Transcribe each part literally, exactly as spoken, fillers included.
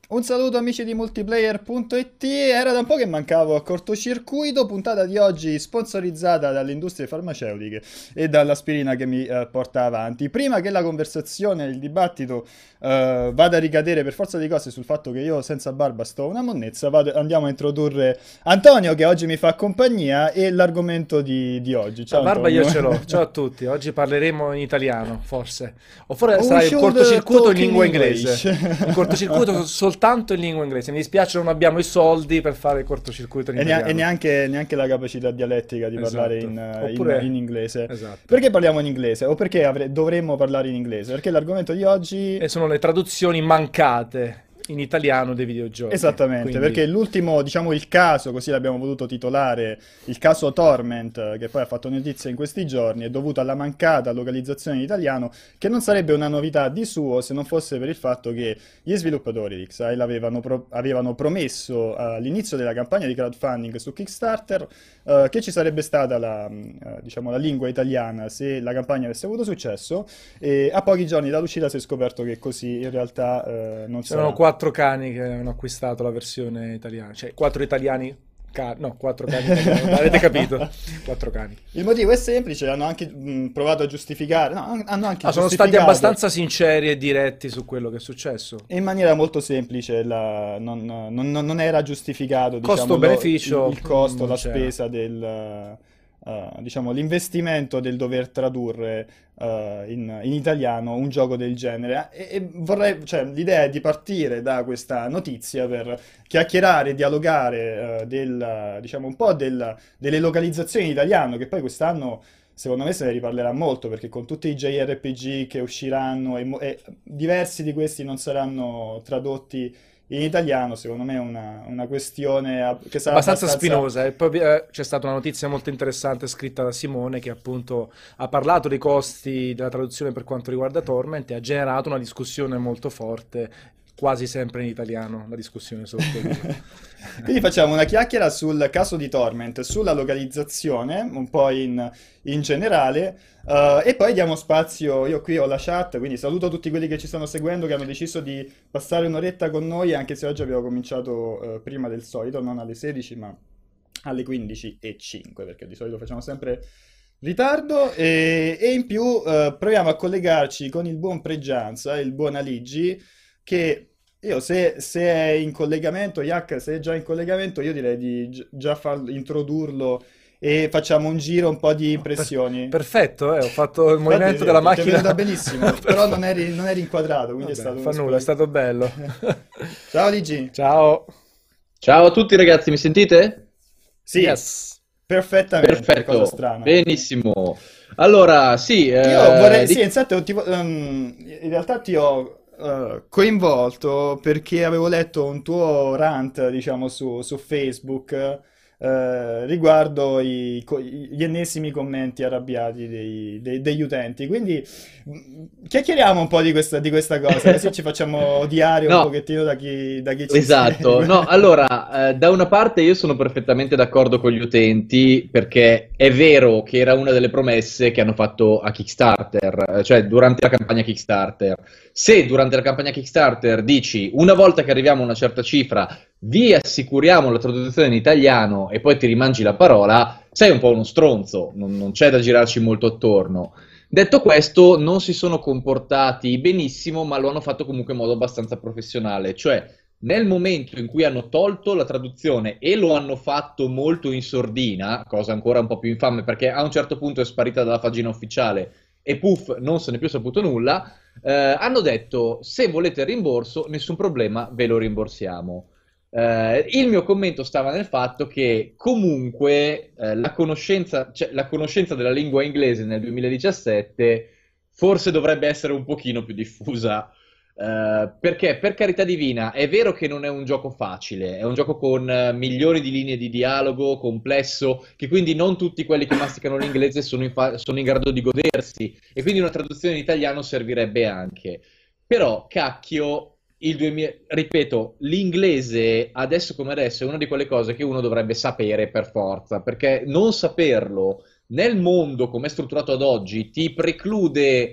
Un saluto amici di multiplayer punto it, era da un po' che mancavo a cortocircuito, puntata di oggi sponsorizzata dalle industrie farmaceutiche e dall'aspirina che mi eh, porta avanti. Prima che la conversazione, il dibattito eh, vada a ricadere per forza di cose sul fatto che io senza barba sto una monnezza, vado- andiamo a introdurre Antonio che oggi mi fa compagnia e l'argomento di, di oggi. La Ciao barba io Antonio. ce l'ho. Ciao a tutti. Oggi parleremo in italiano, forse. O forse We sarà un should cortocircuito in talk in lingua English. inglese. Un cortocircuito soltanto in lingua inglese. Mi dispiace, non abbiamo i soldi per fare il cortocircuito in E, nea- e italiano. neanche, neanche la capacità dialettica di parlare Esatto. in, eh, in- Oppure... in inglese. Esatto. Perché parliamo in inglese? O perché avre- dovremmo parlare in inglese? Perché l'argomento di oggi. E sono le traduzioni mancate in italiano dei videogiochi. Esattamente, Quindi... perché l'ultimo, diciamo il caso, così l'abbiamo voluto titolare, il caso Torment, che poi ha fatto notizia in questi giorni, è dovuto alla mancata localizzazione in italiano, che non sarebbe una novità di suo se non fosse per il fatto che gli sviluppatori di Exile avevano, pro- avevano promesso eh, all'inizio della campagna di crowdfunding su Kickstarter eh, che ci sarebbe stata la, mh, eh, diciamo, la lingua italiana se la campagna avesse avuto successo, e a pochi giorni dall'uscita si è scoperto che così in realtà eh, non C'erano sarà. quattro cani che hanno acquistato la versione italiana, cioè quattro italiani, ca- no, quattro cani italiani, avete capito? Quattro cani. Il motivo è semplice, hanno anche mh, provato a giustificare, no, han- hanno anche Ah, sono stati giustificato abbastanza sinceri e diretti su quello che è successo. in maniera molto semplice, la- non, non- non- non era giustificato, diciamo, lo- il, Costo-beneficio il costo, non la c'era. spesa del, eh, diciamo, l'investimento del dover tradurre eh, in, in italiano un gioco del genere. E, e vorrei, cioè, l'idea è di partire da questa notizia per chiacchierare, dialogare eh, del, diciamo, un po' del- delle localizzazioni in italiano, che poi quest'anno secondo me se ne riparlerà molto perché con tutti i J R P G che usciranno e, mo- e diversi di questi non saranno tradotti in italiano, secondo me è una, una questione a- che sarà Abbastanza abbastanza. spinosa. E poi eh, c'è stata una notizia molto interessante scritta da Simone che appunto ha parlato dei costi della traduzione per quanto riguarda Torment e ha generato una discussione molto forte, quasi sempre in italiano, la discussione sotto lì. Quindi facciamo una chiacchiera sul caso di Torment, sulla localizzazione, un po' in, in generale, eh, e poi diamo spazio, io qui ho la chat, quindi saluto tutti quelli che ci stanno seguendo, che hanno deciso di passare un'oretta con noi, anche se oggi abbiamo cominciato eh, prima del solito, non alle sedici, ma alle quindici e cinque, perché di solito facciamo sempre ritardo, e, e in più eh, proviamo a collegarci con il buon Pregianza, il buon Aligi, che io se, se è in collegamento, Yak, se è già in collegamento, io direi di gi- già farlo, introdurlo e facciamo un giro, un po' di Per- impressioni. perfetto, eh, ho fatto il Infatti, movimento sì, della ti ti è macchina. venuta benissimo, però non Perfetto. eri, non eri inquadrato, quindi è Vabbè, stato uno fa nulla, è spoiler. stato bello. Ciao Aligi. Ciao. Ciao a tutti ragazzi, mi sentite? Sì, Yes. perfettamente, cosa Perfetto, strana. benissimo. Allora, sì, Io eh, vorrei, sì, di- infatti, ti vo- ehm, in realtà ti ho eh, coinvolto perché avevo letto un tuo rant, diciamo, su, su Facebook eh, riguardo i- co- gli ennesimi commenti arrabbiati dei- dei- degli utenti. Quindi mh, chiacchieriamo un po' di questa, di questa cosa, così ci facciamo odiare un no, pochettino da chi, da chi ci esatto. No, segue. allora, eh, da una parte io sono perfettamente d'accordo con gli utenti perché è vero che era una delle promesse che hanno fatto a Kickstarter, eh, cioè durante la campagna Kickstarter. Se durante la campagna Kickstarter dici una volta che arriviamo a una certa cifra vi assicuriamo la traduzione in italiano e poi ti rimangi la parola, sei un po' uno stronzo, non, non c'è da girarci molto attorno. Detto questo, non si sono comportati benissimo, ma lo hanno fatto comunque in modo abbastanza professionale, cioè nel momento in cui hanno tolto la traduzione e lo hanno fatto molto in sordina, cosa ancora un po' più infame perché a un certo punto è sparita dalla pagina ufficiale e puff, non se n'è più saputo nulla, eh, hanno detto se volete il rimborso, nessun problema, ve lo rimborsiamo. Eh, il mio commento stava nel fatto che comunque eh, la conoscenza, cioè, la conoscenza della lingua inglese nel duemiladiciassette forse dovrebbe essere un pochino più diffusa. Eh, perché per carità divina è vero che non è un gioco facile, è un gioco con eh, milioni di linee di dialogo, complesso, che quindi non tutti quelli che masticano l'inglese sono in, fa- sono in grado di godersi e quindi una traduzione in italiano servirebbe anche. Però, cacchio, il duemila, ripeto, l'inglese adesso come adesso è una di quelle cose che uno dovrebbe sapere per forza, perché non saperlo nel mondo come è strutturato ad oggi ti preclude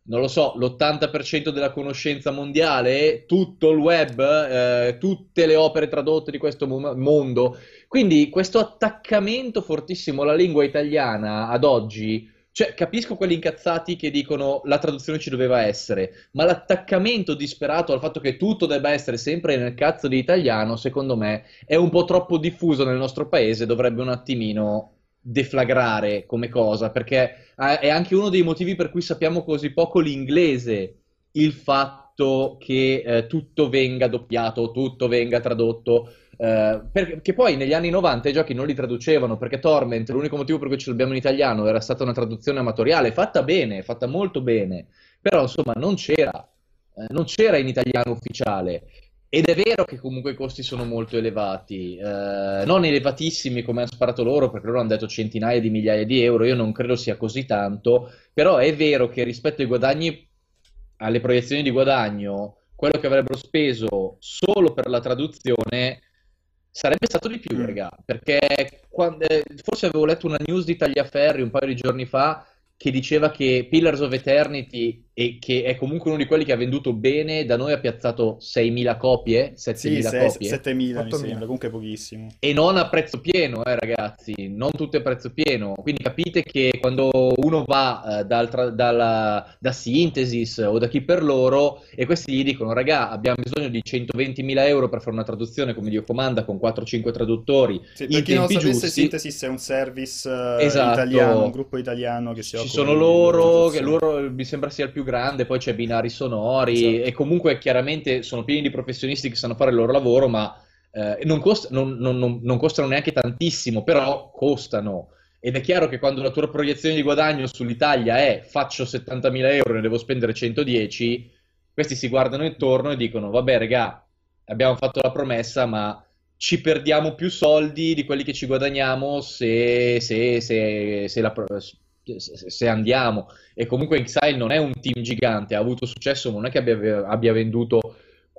non lo so, l'ottanta per cento della conoscenza mondiale, tutto il web, eh, tutte le opere tradotte di questo mo- mondo. Quindi questo attaccamento fortissimo alla lingua italiana ad oggi, cioè capisco quelli incazzati che dicono la traduzione ci doveva essere, ma l'attaccamento disperato al fatto che tutto debba essere sempre nel cazzo di italiano, secondo me, è un po' troppo diffuso nel nostro paese, dovrebbe un attimino deflagrare come cosa, perché eh, è anche uno dei motivi per cui sappiamo così poco l'inglese, il fatto che eh, tutto venga doppiato, tutto venga tradotto, eh, perché poi negli anni novanta i giochi non li traducevano, perché Torment, l'unico motivo per cui ce l'abbiamo in italiano era stata una traduzione amatoriale, fatta bene, fatta molto bene, però insomma non c'era, eh, non c'era in italiano ufficiale. Ed è vero che comunque i costi sono molto elevati, eh, non elevatissimi come hanno sparato loro, perché loro hanno detto centinaia di migliaia di euro, io non credo sia così tanto, però è vero che rispetto ai guadagni, alle proiezioni di guadagno, quello che avrebbero speso solo per la traduzione sarebbe stato di più, Mm. raga, perché quando- eh, forse avevo letto una news di Tagliaferri un paio di giorni fa che diceva che Pillars of Eternity, e che è comunque uno di quelli che ha venduto bene, da noi ha piazzato seimila copie, Sì, settemila sei- copie, settemila mi sembra, ottomila. comunque pochissimo. e non a prezzo pieno, eh, ragazzi, non tutte a prezzo pieno. Quindi capite che quando uno va eh, dal tra- dalla- da Synthesis o da chi per loro e questi gli dicono, raga, abbiamo bisogno di centoventimila euro per fare una traduzione come Dio comanda con quattro cinque traduttori Sì, per in chi non lo tempi sapesse, giusti. Synthesis è un service eh, italiano, un Esatto, gruppo italiano che si ci occupa sono di, di loro, che traduzione. loro mi sembra sia il più grande, poi c'è Binari Sonori Esatto. e comunque chiaramente sono pieni di professionisti che sanno fare il loro lavoro, ma eh, non, cost- non- non- non- non costano neanche tantissimo, però costano. Ed è chiaro che quando la tua proiezione di guadagno sull'Italia è faccio settantamila euro e ne devo spendere centodieci, questi si guardano intorno e dicono, vabbè, regà, abbiamo fatto la promessa, ma ci perdiamo più soldi di quelli che ci guadagniamo se, se- se- se la pro- se- se andiamo. E comunque Exile non è un team gigante, ha avuto successo, non è che abbia, abbia venduto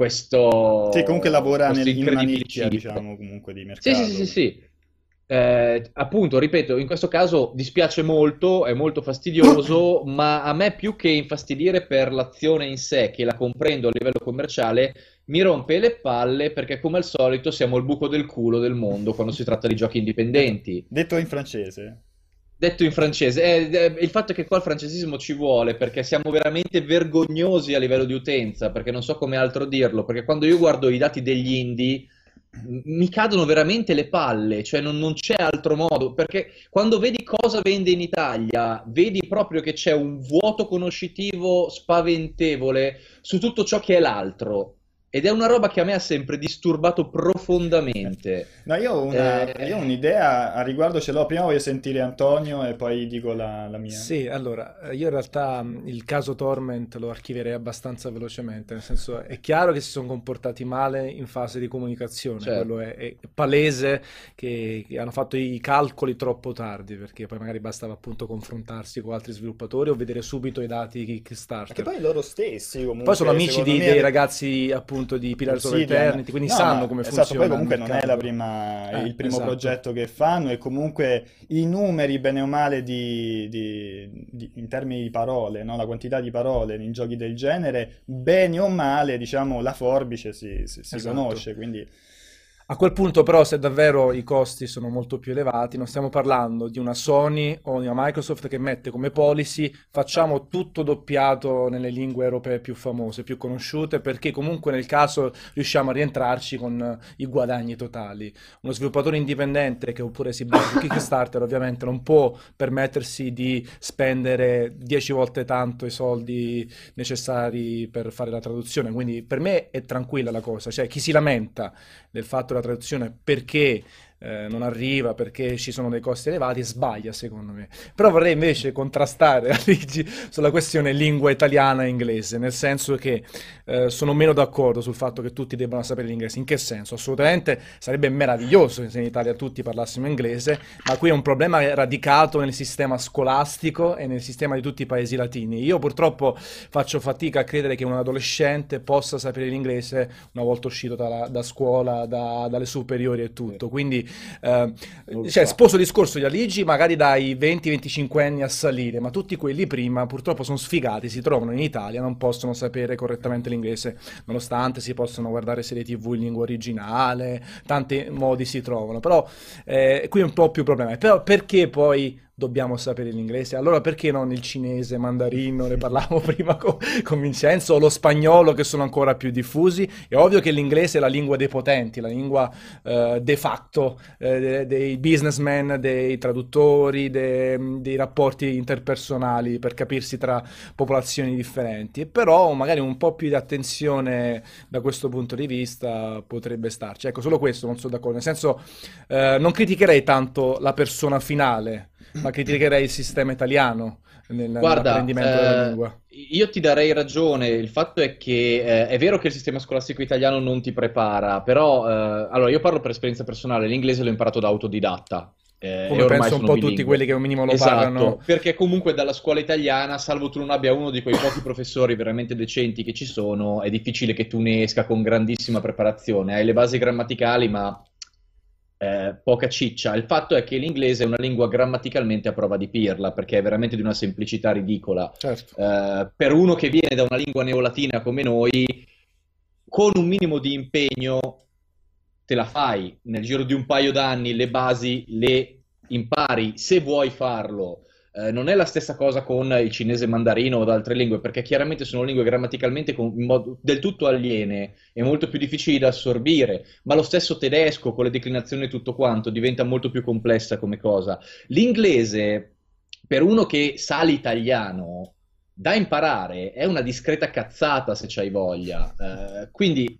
Sì, comunque questo, lavora questo nel- in una incredibile nicchia, chip. diciamo, comunque di Sì, sì, sì, sì, mercato. sì. Eh, appunto, ripeto, in questo caso dispiace molto, è molto fastidioso, ma a me più che infastidire per l'azione in sé, che la comprendo a livello commerciale, mi rompe le palle perché come al solito siamo il buco del culo del mondo quando si tratta di giochi Detto, indipendenti. detto in francese. Detto in francese, eh, eh, il fatto è che qua il francesismo ci vuole perché siamo veramente vergognosi a livello di utenza, perché non so come altro dirlo, perché quando io guardo i dati degli indie m- mi cadono veramente le palle, cioè non, non c'è altro modo, perché quando vedi cosa vende in Italia, vedi proprio che c'è un vuoto conoscitivo spaventevole su tutto ciò che è l'altro, ed è una roba che a me ha sempre disturbato profondamente. No, io ho una, io ho Eh, un'idea a riguardo, ce l'ho, prima voglio sentire Antonio e poi dico la, la mia. Sì, allora, eh, io in realtà mh, il caso Torment lo archivierei abbastanza velocemente, nel senso è chiaro che si sono comportati male in fase di comunicazione, quello certo. è, è palese che, che hanno fatto i calcoli troppo tardi, perché poi magari bastava appunto confrontarsi con altri sviluppatori o vedere subito i dati Perché Kickstarter. poi loro stessi Poi sono comunque, amici secondo di- me, dei ave- ragazzi appunto di di Pillars of Obsidian. Eternity, quindi No, sanno ma come esatto, poi funziona il comunque non è la mercato. prima, Eh, il primo esatto. progetto che fanno e comunque i numeri, bene o male, di, di- di- in termini di parole, no? La quantità di parole in giochi del genere, bene o male, diciamo, la forbice si, si- si Esatto. conosce, quindi A quel punto però se davvero i costi sono molto più elevati, non stiamo parlando di una Sony o di una Microsoft che mette come policy facciamo tutto doppiato nelle lingue europee più famose, più conosciute, perché comunque nel caso riusciamo a rientrarci con eh, i guadagni totali. Uno sviluppatore indipendente che oppure si basa su Kickstarter ovviamente non può permettersi di spendere dieci volte tanto i soldi necessari per fare la traduzione, quindi per me è tranquilla la cosa, cioè chi si lamenta del fatto della traduzione perché eh, non arriva, perché ci sono dei costi elevati, sbaglia secondo me. Però vorrei invece contrastare Aligi sulla questione lingua italiana e inglese, nel senso che eh, sono meno d'accordo sul fatto che tutti debbano sapere l'inglese. In che senso? Assolutamente sarebbe meraviglioso se in Italia tutti parlassimo inglese, ma qui è un problema radicato nel sistema scolastico e nel sistema di tutti i paesi latini. Io purtroppo faccio fatica a credere che un adolescente possa sapere l'inglese una volta uscito da, da scuola, da- dalle superiori e sì. tutto. Quindi eh, cioè, sposo il discorso di Aligi magari dai venti venticinque anni a salire, ma tutti quelli prima purtroppo sono sfigati, si trovano in Italia, non possono sapere correttamente l'inglese, nonostante si possono guardare serie tivù in lingua originale, tanti modi si trovano, però eh, qui è un po' più problema. Però perché poi dobbiamo sapere l'inglese? Allora perché non il cinese, mandarino, ne parlavamo prima con, con Vincenzo, o lo spagnolo, che sono ancora più diffusi? È ovvio che l'inglese è la lingua dei potenti, la lingua eh, de facto eh, de- dei businessmen, dei traduttori, de- dei rapporti interpersonali per capirsi tra popolazioni differenti, però magari un po' più di attenzione da questo punto di vista potrebbe starci. Ecco, solo questo non sono d'accordo, nel senso eh, non criticherei tanto la persona finale, ma criticherei il sistema italiano nel- Guarda, nell'apprendimento della eh, lingua. io ti darei ragione. Il fatto è che eh, è vero che il sistema scolastico italiano non ti prepara, però eh, allora io parlo per esperienza personale, l'inglese l'ho imparato da autodidatta. eh, e Come ormai penso un sono po' tutti bilingue. quelli che un minimo lo Esatto, parlano. perché comunque dalla scuola italiana, salvo tu non abbia uno di quei pochi professori veramente decenti che ci sono, è difficile che tu ne esca con grandissima preparazione. Hai le basi grammaticali, ma eh, poca ciccia. Il fatto è che l'inglese è una lingua grammaticalmente a prova di pirla, perché è veramente di una semplicità ridicola. Certo. Eh, per uno che viene da una lingua neolatina come noi, con un minimo di impegno te la fai. Nel giro di un paio d'anni le basi le impari, se vuoi farlo. Eh, non è la stessa cosa con il cinese mandarino o altre lingue, perché chiaramente sono lingue grammaticalmente con- in modo del tutto aliene e molto più difficili da assorbire, ma lo stesso tedesco con le declinazioni e tutto quanto diventa molto più complessa come cosa. L'inglese, per uno che sa l'italiano, da imparare è una discreta cazzata se c'hai voglia. Eh, quindi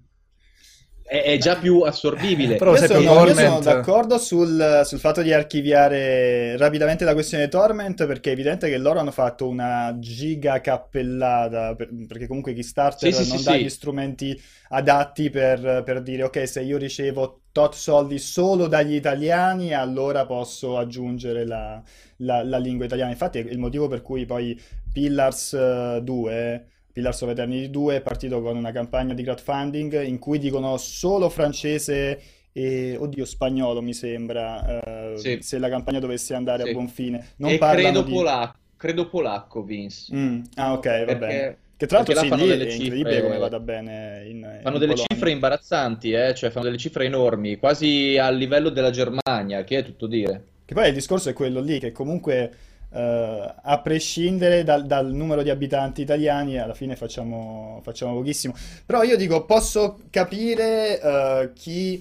è, è già più assorbibile. Però Io per sono, esempio io sono Torment- d'accordo sul, sul fatto di archiviare rapidamente la questione Torment, perché è evidente che loro hanno fatto una giga cappellata, per- perché comunque Kickstarter Sì, sì, non sì, dà sì. gli strumenti adatti per, per dire ok, se io ricevo tot soldi solo dagli italiani, allora posso aggiungere la, la- la lingua italiana. Infatti è il motivo per cui poi Pillars eh, due... Pillars of Eternity due è partito con una campagna di crowdfunding in cui dicono solo francese e, oddio, spagnolo mi sembra, eh, Sì, se la campagna dovesse andare a sì. buon fine. Non E parlano credo di... polacco, credo polacco, Vince. Mm, ah, ok, va bene. Perché, Che tra l'altro perché là sì, fanno lì delle è incredibile come cifre, vada bene in, fanno in delle Polonia. cifre imbarazzanti, eh? Cioè fanno delle cifre enormi, quasi al livello della Germania, che è tutto dire. Che poi il discorso è quello lì, che comunque eh, a prescindere dal, dal numero di abitanti italiani, alla fine facciamo, facciamo pochissimo. Però io dico, posso capire eh, chi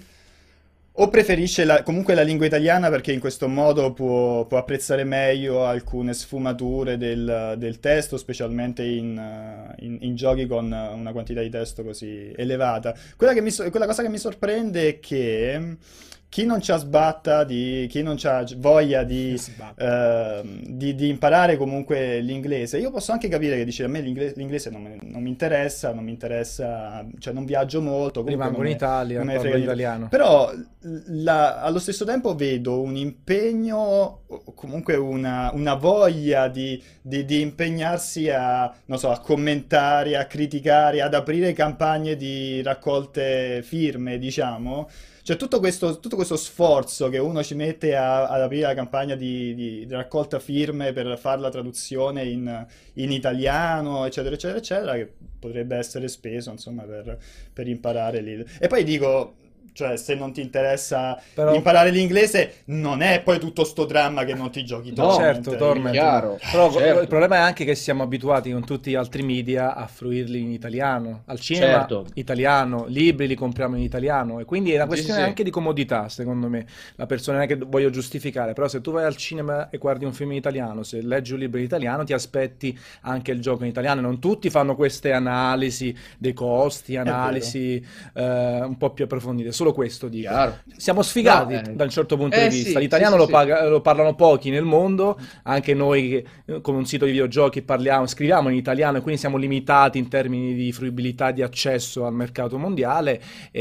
o preferisce la- comunque la lingua italiana perché in questo modo può, può apprezzare meglio alcune sfumature del, del testo, specialmente in, eh, in- in giochi con una quantità di testo così elevata. Quella, che mi so- quella cosa che mi sorprende è che chi non c'ha sbatta di, chi non c'ha voglia di, Sbatte. ehm, di, di imparare comunque l'inglese, io posso anche capire che dice a me l'ingle- l'inglese non, mi non mi interessa, non mi interessa, cioè non viaggio molto, comunque non Rimango in me, Italia, non me ne parlo frega niente. italiano. Però la- allo stesso tempo vedo un impegno, o comunque una, una voglia di, di- di impegnarsi a, non so, a commentare, a criticare, ad aprire campagne di raccolte firme, diciamo. Cioè tutto questo, tutto questo sforzo che uno ci mette a- ad aprire la campagna di, di- di raccolta firme per fare la traduzione in, in italiano, eccetera, eccetera, eccetera, che potrebbe essere speso, insomma, per, per imparare lì. E poi dico, cioè, se non ti interessa Però imparare l'inglese, non è poi tutto sto dramma che non ti giochi No, Torment, certo, eh, Torment. chiaro, Però il certo, problema è anche che siamo abituati con tutti gli altri media a fruirli in italiano. Al cinema certo. italiano, libri li compriamo in italiano e quindi è una Sì, sì, questione sì. anche di comodità, secondo me. La persona non è che voglio giustificare, però se tu vai al cinema e guardi un film in italiano, se leggi un libro in italiano, ti aspetti anche il gioco in italiano. Non tutti fanno queste analisi dei costi, È vero. analisi eh, un po' più approfondite. Solo questo dico. Chiaro. Siamo No, sfigati eh, da un certo punto eh di vista. sì, sì, L'italiano sì, lo, sì. paga- lo parlano pochi nel mondo, anche noi che eh, con un sito di videogiochi parliamo, scriviamo in italiano e quindi siamo limitati in termini di fruibilità di accesso al mercato mondiale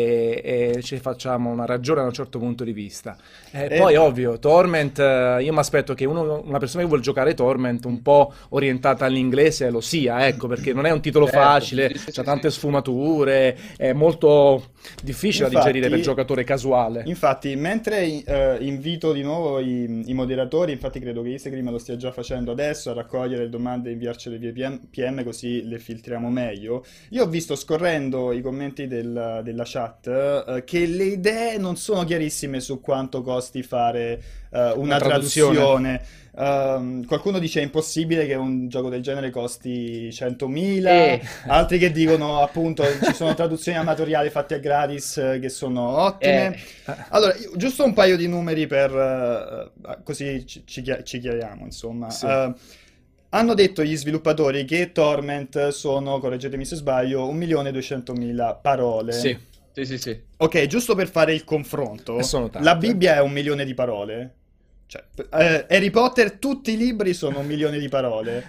e, e ci facciamo una ragione da un certo punto di vista. E E poi ovvio, Torment, eh, io mi aspetto che uno- una persona che vuole giocare Torment un po' orientata all'inglese lo sia, ecco, perché non è un titolo Certo, facile, sì, sì, c'ha sì, tante sì. sfumature, è molto difficile da digerire per il giocatore casuale. Infatti, mentre eh, invito di nuovo i, i moderatori, infatti credo che Isegrim lo stia già facendo adesso, a raccogliere le domande e inviarcele via P M, così le filtriamo meglio. Io ho visto, scorrendo i commenti del- della chat, eh, che le idee non sono chiarissime su quanto costi fare eh, una Una traduzione. traduzione. Ehm, qualcuno dice è impossibile che un gioco del genere costi centomila, Eh. altri che dicono appunto ci sono traduzioni amatoriali fatte a gratis eh, che sono ottime. Eh. Allora, io- giusto un paio di numeri per eh, così ci, ci chia- ci chiariamo, insomma. Sì. Eh, hanno detto gli sviluppatori che Torment sono, correggetemi se sbaglio, un milione duecentomila parole. Sì, Sì, sì, sì. Ok, giusto per fare il confronto, E sono tante. la Bibbia è un milione di parole. Cioè, eh, Harry Potter, tutti i libri sono un milione di parole.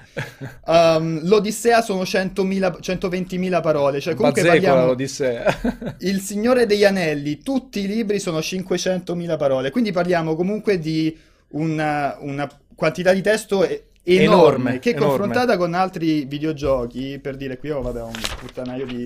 Um, L'Odissea sono centomila, centoventimila parole. Cioè, comunque Bazzecola parliamo... l'Odissea. Il Signore degli Anelli, tutti i libri sono cinquecentomila parole. Quindi parliamo comunque di una, una quantità di testo e- enorme, Enorme, che enorme. confrontata con altri videogiochi, per dire qui ho vabbè, un puttanaio di,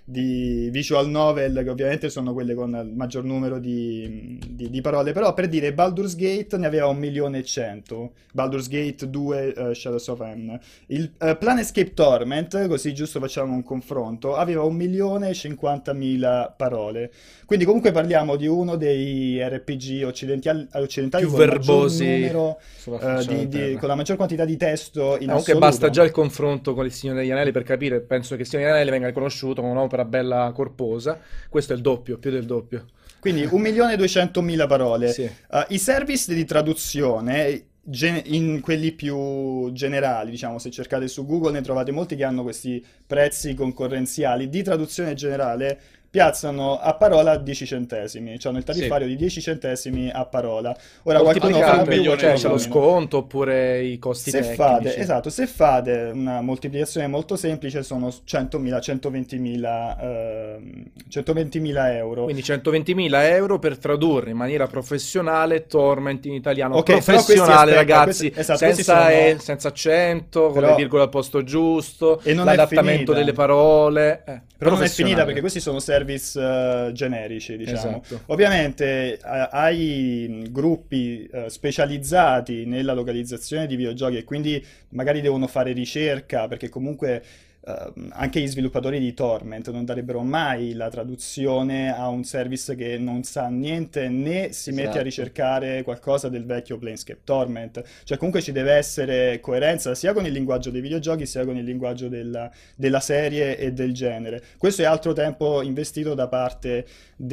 di visual novel che ovviamente sono quelle con il maggior numero di, di- di parole, però per dire Baldur's Gate ne aveva un milione e cento, Baldur's Gate due eh, Shadows of M. Il eh, Planescape Torment, così giusto facciamo un confronto, aveva un milione e cinquantamila parole. Quindi comunque parliamo di uno dei R P G occidentali, occidentali Più con il maggior verbosi numero, sulla eh, faccia di- della di- terra. con la maggior quantità di testo in Comunque assoluto. basta già il confronto con il Signore degli Anelli per capire, penso che il Signore degli Anelli venga riconosciuto come un'opera bella corposa, questo è il doppio, più del doppio. Quindi un milione e duecentomila parole. Sì. Uh, I service di traduzione, gen- in quelli più generali, diciamo, se cercate su Google ne trovate molti che hanno questi prezzi concorrenziali di traduzione generale, piazzano a parola dieci centesimi, cioè il tariffario di dieci centesimi a parola. Ora qualcuno Moltiplicate fa un più, milione Cioè di c'è lo nome, no? sconto oppure i costi se tecnici. fate, esatto, se fate una moltiplicazione molto semplice sono centomila, centoventimila, ehm, centoventimila euro. Quindi centoventimila euro per tradurre in maniera professionale Torment in italiano. Ok, però questi, Professionale, aspetta, ragazzi, questi- esatto, questi senza, sono- e- senza accento, con Però- le virgole al posto giusto, E non è l'adattamento finita. delle parole. eh, Però non è finita professionale. perché questi sono service eh, generici, diciamo. Esatto. Ovviamente eh, ai mh, gruppi eh, specializzati nella localizzazione di videogiochi e quindi magari devono fare ricerca perché comunque eh, anche gli sviluppatori di Torment non darebbero mai la traduzione a un service che non sa niente né si mette a Esatto. ricercare qualcosa del vecchio Planescape Torment. Cioè comunque ci deve essere coerenza sia con il linguaggio dei videogiochi sia con il linguaggio della, della serie e del genere. Questo è altro tempo investito da parte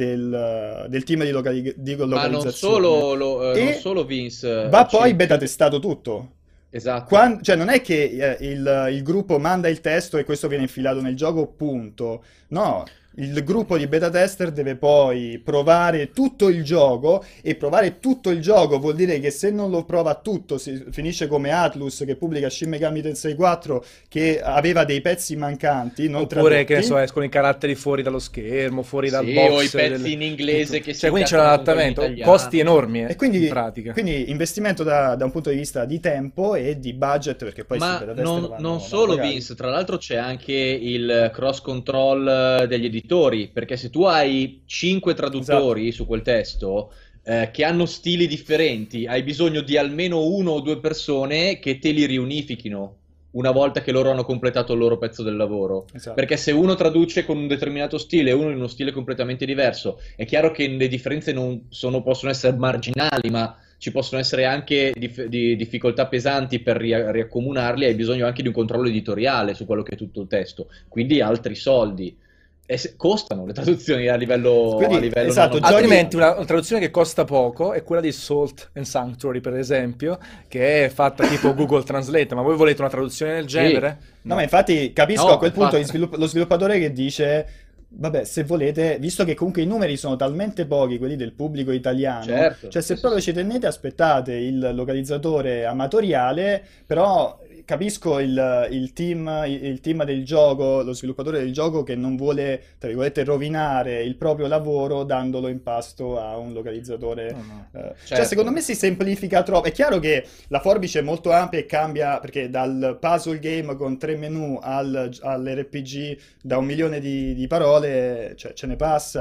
del, del team di, locali- di Ma non localizzazione. solo, lo- eh, E non solo Vince. va ci- poi beta testato tutto. Esatto. Quan- cioè non è che eh, il, il gruppo manda il testo e questo viene infilato nel gioco, punto. No, il gruppo di beta tester deve poi provare tutto il gioco e provare tutto il gioco vuol dire che se non lo prova tutto si finisce come Atlus che pubblica Shin Megami Tensei quattro che aveva dei pezzi mancanti, non Oppure, che ne tradotti. so, escono i caratteri fuori dallo schermo, fuori dal Sì, box. o i pezzi del- in inglese tutto. che si Cioè, quindi c'è un incastrano con quelli adattamento, italiani. costi enormi, eh, E quindi, in pratica. quindi investimento da, da un punto di vista di tempo e di budget perché poi sì, Ma beta tester non, vanno- non vanno solo pagati. Vince, tra l'altro c'è anche il cross control degli editori, perché se tu hai cinque traduttori Esatto. su quel testo eh, che hanno stili differenti, hai bisogno di almeno uno o due persone che te li riunifichino una volta che loro hanno completato il loro pezzo del lavoro. Esatto. Perché se uno traduce con un determinato stile e uno in uno stile completamente diverso, è chiaro che le differenze non sono, possono essere marginali, ma ci possono essere anche dif- di- difficoltà pesanti per ria- riaccomunarli, hai bisogno anche di un controllo editoriale su quello che è tutto il testo, quindi altri soldi. E se- costano le traduzioni a livello, Quindi, a livello esatto, non- giochi- Altrimenti una, una traduzione che costa poco è quella di Salt and Sanctuary, per esempio, che è fatta tipo Google Translate. Ma voi volete una traduzione del genere? No, ma infatti capisco No, a quel punto infatti. il svilupp- lo sviluppatore che dice, vabbè, se volete, visto che comunque i numeri sono talmente pochi, quelli del pubblico italiano, Certo, cioè se sì, proprio sì, ci tenete, aspettate il localizzatore amatoriale, però capisco il, il team, il, il team del gioco, lo sviluppatore del gioco che non vuole, tra virgolette, rovinare il proprio lavoro dandolo in pasto a un localizzatore. No, no. Eh, Cioè, Certo. secondo me si semplifica troppo. È chiaro che la forbice è molto ampia e cambia perché dal puzzle game con tre menu al, all'R P G da un milione di, di parole, cioè, ce ne passa.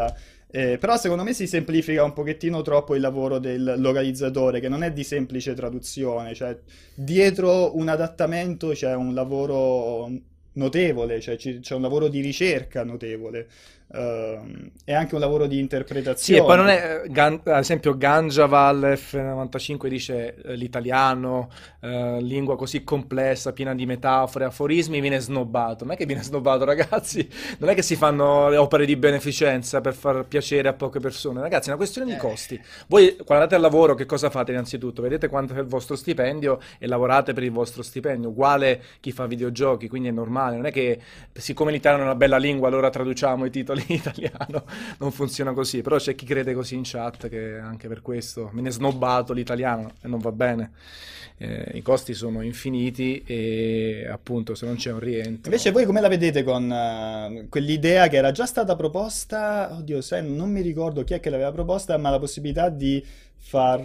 Eh, però secondo me si semplifica un pochettino troppo il lavoro del localizzatore, che non è di semplice traduzione, cioè dietro un adattamento c'è un lavoro notevole, cioè ci- c'è un lavoro di ricerca notevole, ehm, e anche un lavoro di Sì, e poi non interpretazione. è, Gan- ad esempio, Ganjaval F novantacinque dice eh, l'italiano, eh, lingua così complessa, piena di metafore, aforismi, viene snobbato. Non è che viene snobbato, ragazzi, non è che si fanno le opere di beneficenza per far piacere a poche persone, ragazzi, è una questione di Eh, costi. Voi quando andate al lavoro che cosa fate innanzitutto? Vedete quanto è il vostro stipendio e lavorate per il vostro stipendio, uguale chi fa videogiochi, quindi è normale, non è che siccome l'italiano è una bella lingua allora traduciamo i titoli in italiano, non funziona così, però c'è chi crede così in chat che anche per questo viene snobbato l'italiano e non va bene. Eh, i costi sono infiniti e appunto se non c'è un Invece rientro... voi come la vedete con eh, quell'idea che era già stata proposta, oddio, sai, non mi ricordo chi è che l'aveva proposta, ma la possibilità di far,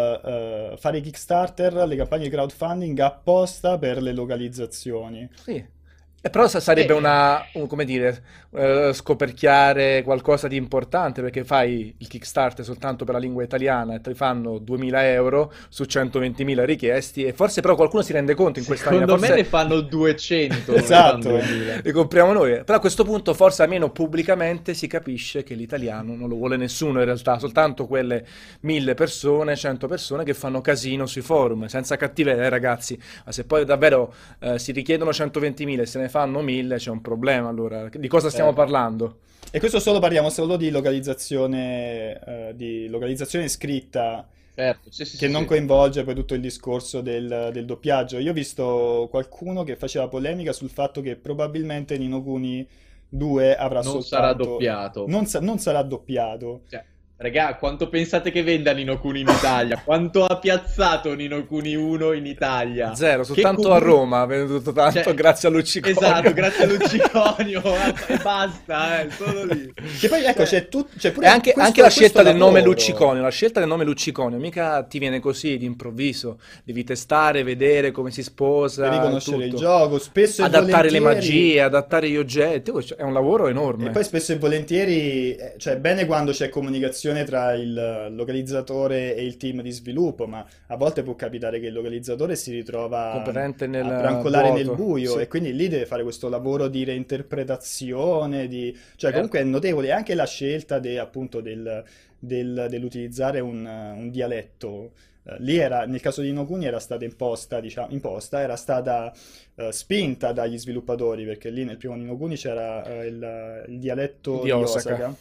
eh, eh, fare i Kickstarter, le campagne di crowdfunding apposta per le localizzazioni. Sì. E però sa- sarebbe Eh, una, un- come dire, eh, scoperchiare qualcosa di importante perché fai il Kickstarter soltanto per la lingua italiana e ti fanno duemila euro su centoventimila richiesti e forse però qualcuno si rende conto in quest'anima, secondo me ne forse fanno duecento, non ne fanno Esatto. duemila. li compriamo noi. Però a questo punto forse almeno pubblicamente si capisce che l'italiano non lo vuole nessuno in realtà, soltanto quelle mille persone, cento persone che fanno casino sui forum, senza cattiveria, eh, ragazzi. Ma se poi davvero eh, si richiedono centoventimila e se ne fanno mille, c'è un problema. Allora, di cosa stiamo Certo. parlando? E questo solo parliamo solo di localizzazione, eh, di localizzazione scritta, Certo, sì, sì, che sì, non sì. coinvolge poi tutto il discorso del, del doppiaggio. Io ho visto qualcuno che faceva polemica sul fatto che probabilmente Nino Kuni due avrà Non sarà soltanto... doppiato. Non, sa- non sarà doppiato. Cioè, regà, quanto pensate che venda Nino Kuni in Italia? Quanto ha piazzato Nino Kuni uno in Italia? Zero, Che soltanto a comunque... Roma ha venduto tanto Cioè, grazie a Lucciconio. esatto, grazie a Lucciconio e basta, eh, solo lì. Che poi ecco, Cioè, c'è, tut- c'è E pure anche, anche questo, la questo scelta del nome lavoro. Lucciconio, la scelta del nome Lucciconio mica ti viene così d'improvviso, devi testare, vedere come si Devi sposa e conoscere il tutto, gioco, spesso e adattare le volentieri. magie, adattare gli oggetti, oh, cioè, è un lavoro E poi enorme, spesso e volentieri, eh, cioè è bene quando c'è comunicazione tra il localizzatore e il team di sviluppo, ma a volte può capitare che il localizzatore si ritrova competente a nel brancolare nel vuoto, buio sì, e quindi lì deve fare questo lavoro di reinterpretazione, di... cioè comunque è certo. notevole anche la scelta de- appunto del- del- dell'utilizzare un, un dialetto. Eh, lì era, nel caso di Inokuni era stata imposta, diciamo, imposta, era stata eh, spinta dagli sviluppatori, perché lì nel primo Nino Kuni c'era eh, il, il dialetto di di Osaka. Osaka.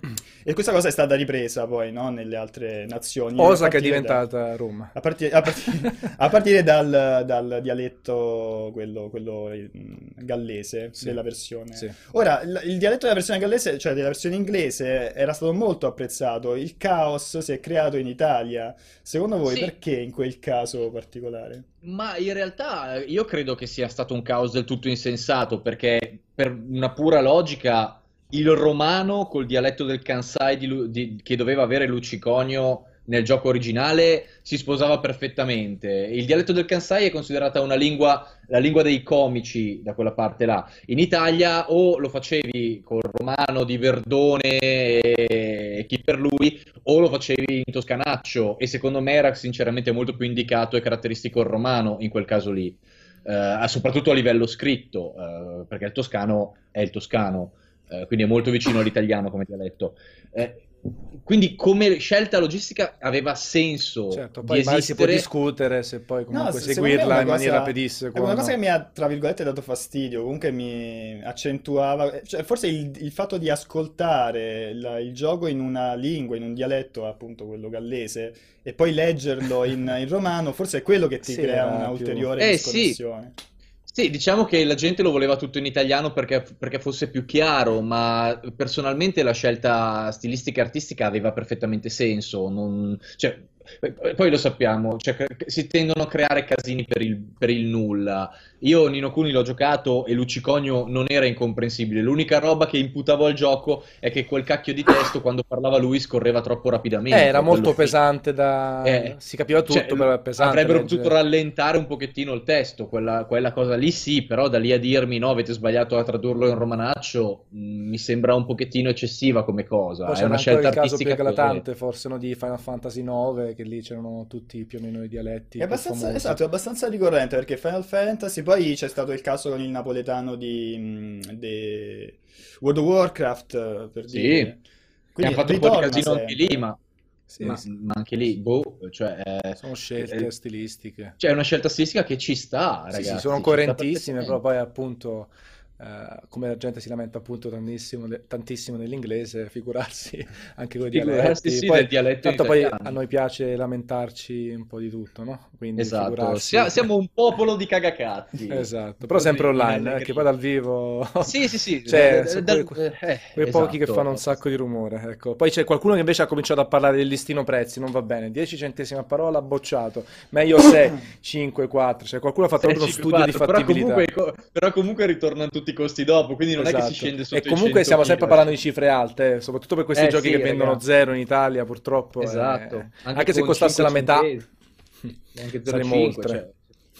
E questa cosa è stata ripresa poi, no, nelle altre nazioni, a Osaka è partire da, diventata Roma. a parti- a partire, a partire dal, dal dialetto, quello, quello mm, gallese, Sì, della versione. sì. Ora, il, il dialetto della versione gallese, cioè della versione inglese, era stato molto apprezzato. Il caos si è creato in Italia. Secondo voi Sì, perché in quel caso particolare? ma in realtà eh, io credo che sia stato un caos del tutto insensato, perché per una pura logica il romano col dialetto del Kansai di Lu- di- che doveva avere Lucciconio nel gioco originale si sposava perfettamente. Il dialetto del Kansai è considerata una lingua, la lingua dei comici da quella parte là. In Italia o lo facevi col romano di Verdone e chi per lui, o lo facevi in toscanaccio, e secondo me era sinceramente molto più indicato e caratteristico il romano in quel caso lì. Eh, soprattutto a livello scritto, eh, perché il toscano è il toscano, eh, quindi è molto vicino all'italiano come dialetto. Eh, quindi come scelta logistica aveva senso Certo, di poi magari si può esistere. discutere se poi No, comunque se- secondo me è seguirla una in maniera cosa, è pedissequa o una cosa che no. mi ha, tra virgolette, dato fastidio, comunque mi accentuava, cioè forse il, il fatto di ascoltare il, il gioco in una lingua, in un dialetto, appunto quello gallese, e poi leggerlo in, in romano, forse è quello che ti Sì, crea una era più... ulteriore Eh sì, disconnessione. sì, diciamo che la gente lo voleva tutto in italiano perché, perché fosse più chiaro, ma personalmente la scelta stilistica e artistica aveva perfettamente senso. Non- cioè, Poi poi lo sappiamo, cioè, cre- si tendono a creare casini per il, per il nulla. Io Nino Kuni l'ho giocato e Lucicogno non era incomprensibile. L'unica roba che imputavo al gioco è che quel cacchio di testo quando parlava lui scorreva troppo Eh, era rapidamente. Quello molto sì. pesante da... Eh, si capiva cioè, tutto, però è pesante avrebbero potuto leggere. rallentare un pochettino il testo, quella, quella cosa lì sì, però da lì a dirmi no, avete sbagliato a tradurlo in romanaccio, mh, mi sembra un pochettino eccessiva come cosa. Poi È una c'era ancora scelta il caso più artistica coerente. eclatante, forse, no, di Final Fantasy nove, che lì c'erano tutti più o meno i È dialetti più abbastanza, famosi. esatto, è abbastanza ricorrente perché Final Fantasy, poi c'è stato il caso con il napoletano di, mh, de- World of Warcraft, eh, per Sì, dire. e hanno Quindi fatto un po' di ritorna casino anche lì, sempre. ma, Sì, ma- sì. ma anche lì, boh, cioè, eh, Sono scelte eh, stilistiche. cioè, è una scelta stilistica che ci sta, Sì, sì, sono ragazzi, ci sta coerentissime, però perfettamente. poi appunto, eh, come la gente si lamenta appunto tantissimo, de- tantissimo nell'inglese, figurarsi anche con i Figurarsi dialetti. sì del Poi, dialetto in tanto poi a italiano. noi piace lamentarci un po' di tutto, no? Quindi Esatto, figurarsi. Sia- siamo un popolo di cagacazzi, Esatto, però sempre così in online, eh, che poi allegria. dal vivo, sì, sì, sì, da- cioè, da- sono da- quei, eh, quei pochi che fanno un esatto. sacco di rumore, ecco. Poi c'è qualcuno che invece ha cominciato a parlare del listino prezzi, non va bene, dieci centesimi a parola, bocciato, meglio sei, cinque, quattro, cioè qualcuno ha fatto proprio uno studio di sei cinque quattro, però comunque, fattibilità. i co- però comunque ritornano tutti i costi dopo, quindi non è che si Esatto. scende E sotto i comunque stiamo sempre centomila. parlando di cifre alte, eh, soprattutto per questi Eh giochi che sì, vendono raga, zero in Italia, purtroppo, eh, esatto, anche anche se con costasse cinque la metà, centesimi, anche saremmo zero virgola cinque, oltre. cioè.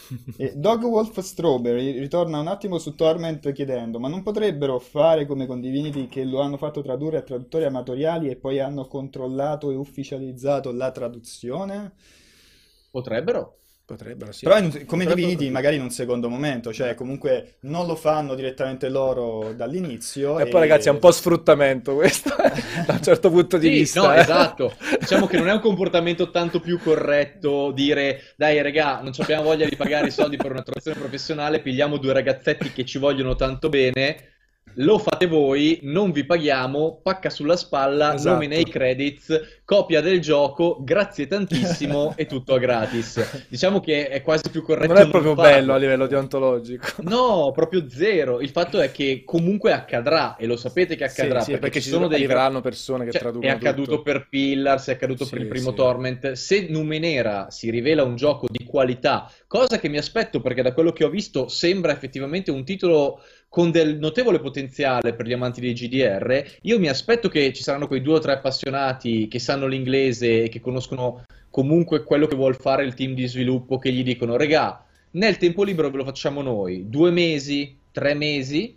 E Dogwolf Strawberry ritorna un attimo su Torment chiedendo: ma non potrebbero fare come con Divinity, che lo hanno fatto tradurre a traduttori amatoriali e poi hanno controllato e ufficializzato la traduzione? Potrebbero. Potrebbero, sì. Però in- come Potrebbero Divinity capire. magari in un secondo momento, cioè comunque non lo fanno direttamente loro dall'inizio E poi ragazzi è un e... po' sfruttamento questo, da un certo punto di Sì, no, vista. eh. esatto. Diciamo che non è un comportamento tanto più corretto dire, dai, regà, non ci abbiamo voglia di pagare i soldi per una traduzione professionale, pigliamo due ragazzetti che ci vogliono tanto bene, lo fate voi, non vi paghiamo, pacca sulla spalla, nome nei Esatto. credits, copia del gioco, grazie tantissimo e tutto a gratis. Diciamo che è quasi più Non corretto è non proprio bello a farlo. livello deontologico. No, proprio zero. Il fatto è che comunque accadrà, e lo sapete che Sì, accadrà, sì, perché perché ci ci sono dei... gra- arriveranno persone che cioè, è traducono accaduto tutto. per Pillars, è accaduto per il Sì, primo sì. Torment. Se Numenera si rivela un gioco di qualità, cosa che mi aspetto perché da quello che ho visto sembra effettivamente un titolo con del notevole potenziale per gli amanti dei G D R, io mi aspetto che ci saranno quei due o tre appassionati che sanno l'inglese e che conoscono comunque quello che vuol fare il team di sviluppo, che gli dicono, regà, nel tempo libero ve lo facciamo noi, due mesi, tre mesi,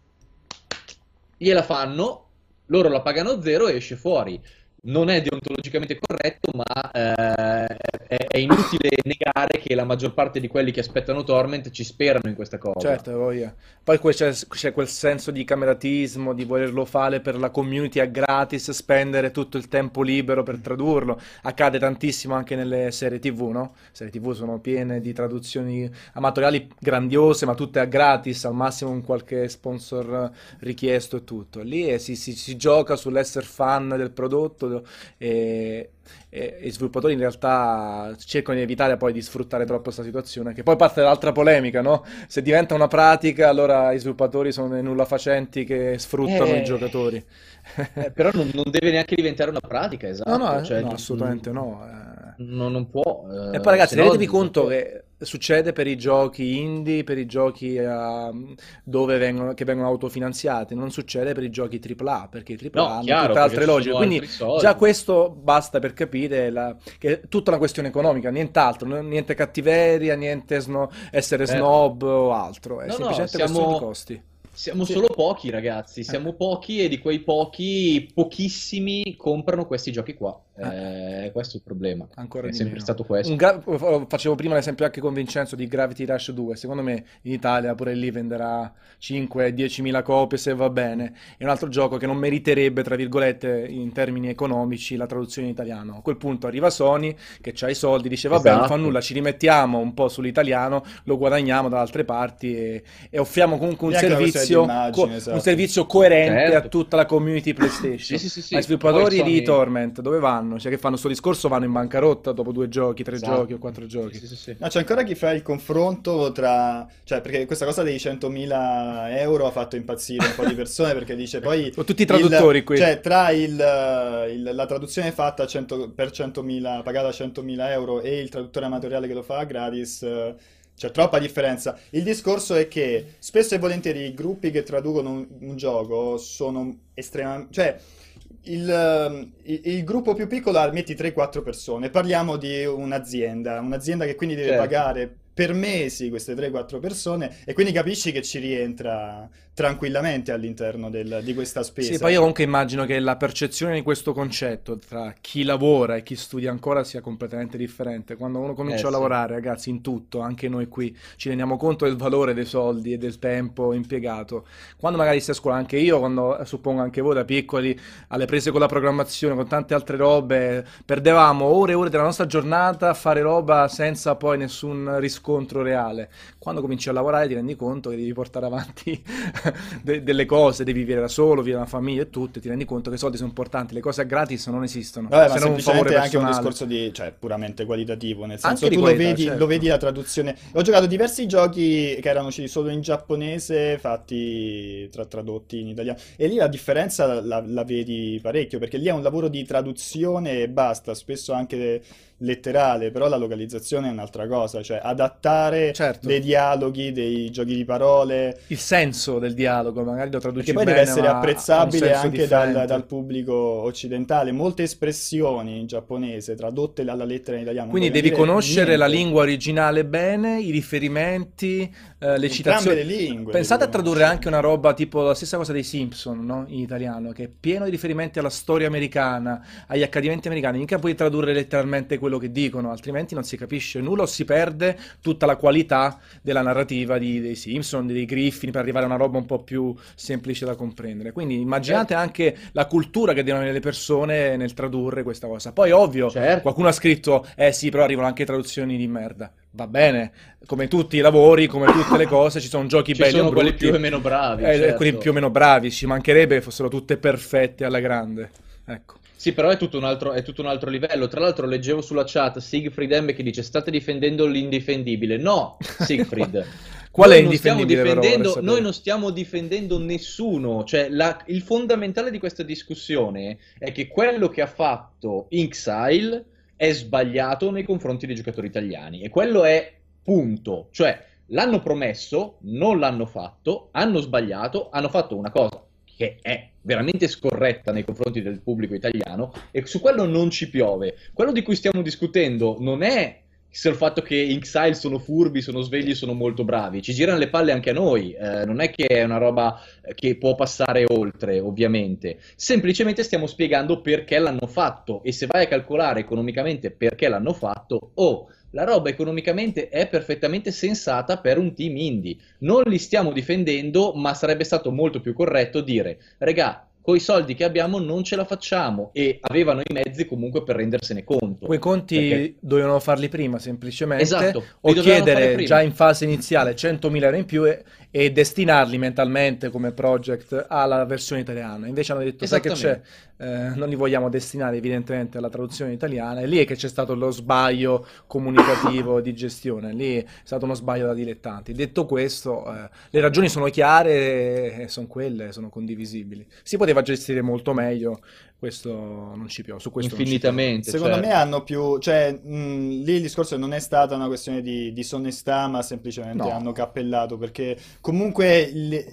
gliela fanno, loro la pagano zero e esce fuori. Non è deontologicamente corretto, ma eh, è, è inutile negare che la maggior parte di quelli che aspettano Torment ci sperano in questa cosa. Certo, voglia. Poi que- c'è c'è quel senso di cameratismo, di volerlo fare per la community a gratis, spendere tutto il tempo libero per tradurlo. Accade tantissimo anche nelle serie T V, no? Serie T V sono piene di traduzioni amatoriali grandiose, ma tutte a gratis, al massimo un qualche sponsor richiesto e tutto. Lì eh, si, si- si gioca sull'essere fan del prodotto e, e i sviluppatori in realtà cercano di evitare poi di sfruttare troppo questa situazione, che poi parte dall'altra polemica, no? Se diventa una pratica, allora i sviluppatori sono dei nullafacenti che sfruttano i Eh, giocatori. eh, però non, non deve neanche diventare una pratica, No, no, esatto, eh, cioè no, n- assolutamente no. eh. non, non può, E poi eh, ragazzi, se no rendetevi il conto gioco... che succede per i giochi indie, per i giochi ehm, dove vengono, che vengono autofinanziati, non succede per i giochi tripla A, perché i tripla A No, hanno chiaro, tutte perché altre ci logiche. sono Quindi altri già soldi. questo basta per capire la- che è tutta una questione economica, nient'altro, n- niente cattiveria, niente sno- essere Certo. snob o altro, è No, no, semplicemente questione di siamo, costi. siamo Sì. solo pochi, ragazzi. Eh, Siamo pochi e di quei pochi, pochissimi comprano questi giochi qua. eh. Eh, questo è il problema. Ancora È di sempre meno. stato Un questo. gra- facevo prima l'esempio anche con Vincenzo di Gravity Rush due. Secondo me in Italia pure lì venderà cinque dieci mila copie se va bene. È un altro gioco che non meriterebbe, tra virgolette, in termini economici, la traduzione in italiano. A quel punto arriva Sony che ha i soldi, dice vabbè, non fa Esatto. nulla, ci rimettiamo un po' sull'italiano, lo guadagniamo da altre parti e, e offriamo comunque un Lì è anche una questione servizio, d'immagine, co- esatto. un servizio coerente a Certo. tutta la community PlayStation. Sì, sì, sì, sì. Ma i sviluppatori Poi di Sony- Torment dove vanno? Cioè che fanno sto discorso, vanno in bancarotta dopo due giochi, tre Esatto. giochi o quattro giochi. Sì, sì, sì, sì. No, c'è ancora chi fa il confronto tra... Cioè, perché questa cosa dei centomila euro ha fatto impazzire un po' di persone, perché dice poi... Sono tutti i traduttori il- qui. Cioè, tra il, il- la traduzione fatta a cento per centomila, pagata a centomila euro e il traduttore amatoriale che lo fa gratis, eh, c'è troppa differenza. Il discorso è che spesso e volentieri i gruppi che traducono un, un gioco sono estremamente... Cioè, il, ehm, il- il gruppo più piccolo ha, metti tre quattro persone, parliamo di un'azienda, un'azienda che quindi deve Certo. pagare per mesi queste tre quattro persone e quindi capisci che ci rientra tranquillamente all'interno del- di questa Sì, spesa. poi io comunque immagino che la percezione di questo concetto tra chi lavora e chi studia ancora sia completamente differente. Quando uno comincia Eh a sì. lavorare, ragazzi, in tutto, anche noi qui, ci rendiamo conto del valore dei soldi e del tempo impiegato. Quando magari stai a scuola, anche io, quando eh, suppongo anche voi da piccoli, alle prese con la programmazione, con tante altre robe, perdevamo ore e ore della nostra giornata a fare roba senza poi nessun riscontro reale. Quando cominci a lavorare ti rendi conto che devi portare avanti de- delle cose, devi vivere da solo, vivere da una famiglia e tutto, e ti rendi conto che i soldi sono importanti, le cose a gratis non esistono, Vabbè, ma se non un favore semplicemente è anche un personale. discorso di, cioè, puramente qualitativo, nel senso Anche di tu lo qualità, vedi, certo. lo vedi la traduzione. Ho giocato diversi giochi che erano usciti solo in giapponese, fatti tra- tradotti in italiano, e lì la differenza la, la vedi parecchio, perché lì è un lavoro di traduzione e basta, spesso anche letterale, però la localizzazione è un'altra cosa, cioè adattare Certo. dei dialoghi, dei giochi di parole. Il senso del dialogo, magari lo traduci Perché poi bene, deve essere ma ha un apprezzabile senso anche dal, differente. dal pubblico occidentale. Molte espressioni in giapponese tradotte alla lettera in italiano non Quindi vogliono devi dire conoscere la niente. lingua originale bene, i riferimenti, eh, le Entrambe citazioni. le lingue Pensate a devi tradurre anche conoscere. una roba tipo la stessa cosa dei Simpson, no? In italiano, che è pieno di riferimenti alla storia americana, agli accadimenti americani. Mica puoi tradurre letteralmente quello che dicono, altrimenti non si capisce nulla o si perde tutta la qualità della narrativa di- dei Simpson, dei Griffin, per arrivare a una roba un po' più semplice da comprendere. Quindi immaginate Certo. anche la cultura che devono avere le persone nel tradurre questa cosa. Poi, ovvio, Certo. qualcuno ha scritto, eh sì, però arrivano anche traduzioni di merda. Va bene, come tutti i lavori, come tutte le cose, ci sono giochi Ci belli o sono quelli brutti, più e meno bravi, eh, certo. quelli più o meno bravi, ci mancherebbe che fossero tutte perfette alla grande. Ecco. Sì, però è tutto un altro, è tutto un altro livello. Tra l'altro leggevo sulla chat Siegfried M che dice state difendendo l'indifendibile. No, Siegfried. Qual è Noi non stiamo indifendibile però, vorrei difendendo, sapere. noi non stiamo difendendo nessuno. Cioè, la- il fondamentale di questa discussione è che quello che ha fatto Inxile è sbagliato nei confronti dei giocatori italiani. E quello è punto. Cioè, l'hanno promesso, non l'hanno fatto, hanno sbagliato, hanno fatto una cosa che è veramente scorretta nei confronti del pubblico italiano e su quello non ci piove. Quello di cui stiamo discutendo non è se il fatto che Inxile sono furbi, sono svegli, sono molto bravi, ci girano le palle anche a noi, eh, non è che è una roba che può passare oltre, ovviamente, semplicemente stiamo spiegando perché l'hanno fatto e se vai a calcolare economicamente perché l'hanno fatto, oh, la roba economicamente è perfettamente sensata per un team indie. Non li stiamo difendendo, ma sarebbe stato molto più corretto dire, regà, coi soldi che abbiamo non ce la facciamo e avevano i mezzi comunque per rendersene conto. Quei conti Perché... dovevano farli prima semplicemente, Esatto, o li dovevano fare chiedere prima. già in fase iniziale centomila euro in più e, e destinarli mentalmente come project alla versione italiana. Invece hanno detto, sai che c'è, Esattamente. Eh, non li vogliamo destinare evidentemente alla traduzione italiana, e lì è che c'è stato lo sbaglio comunicativo di gestione, lì è stato uno sbaglio da dilettanti. Detto questo, eh, le ragioni sono chiare e sono quelle, sono condivisibili. Si poteva gestire molto meglio, questo non ci piove, su questo non ci piove. Infinitamente, Secondo certo. me hanno più, cioè, mh, lì il discorso non è stata una questione di disonestà, ma semplicemente No. hanno cappellato, perché comunque le,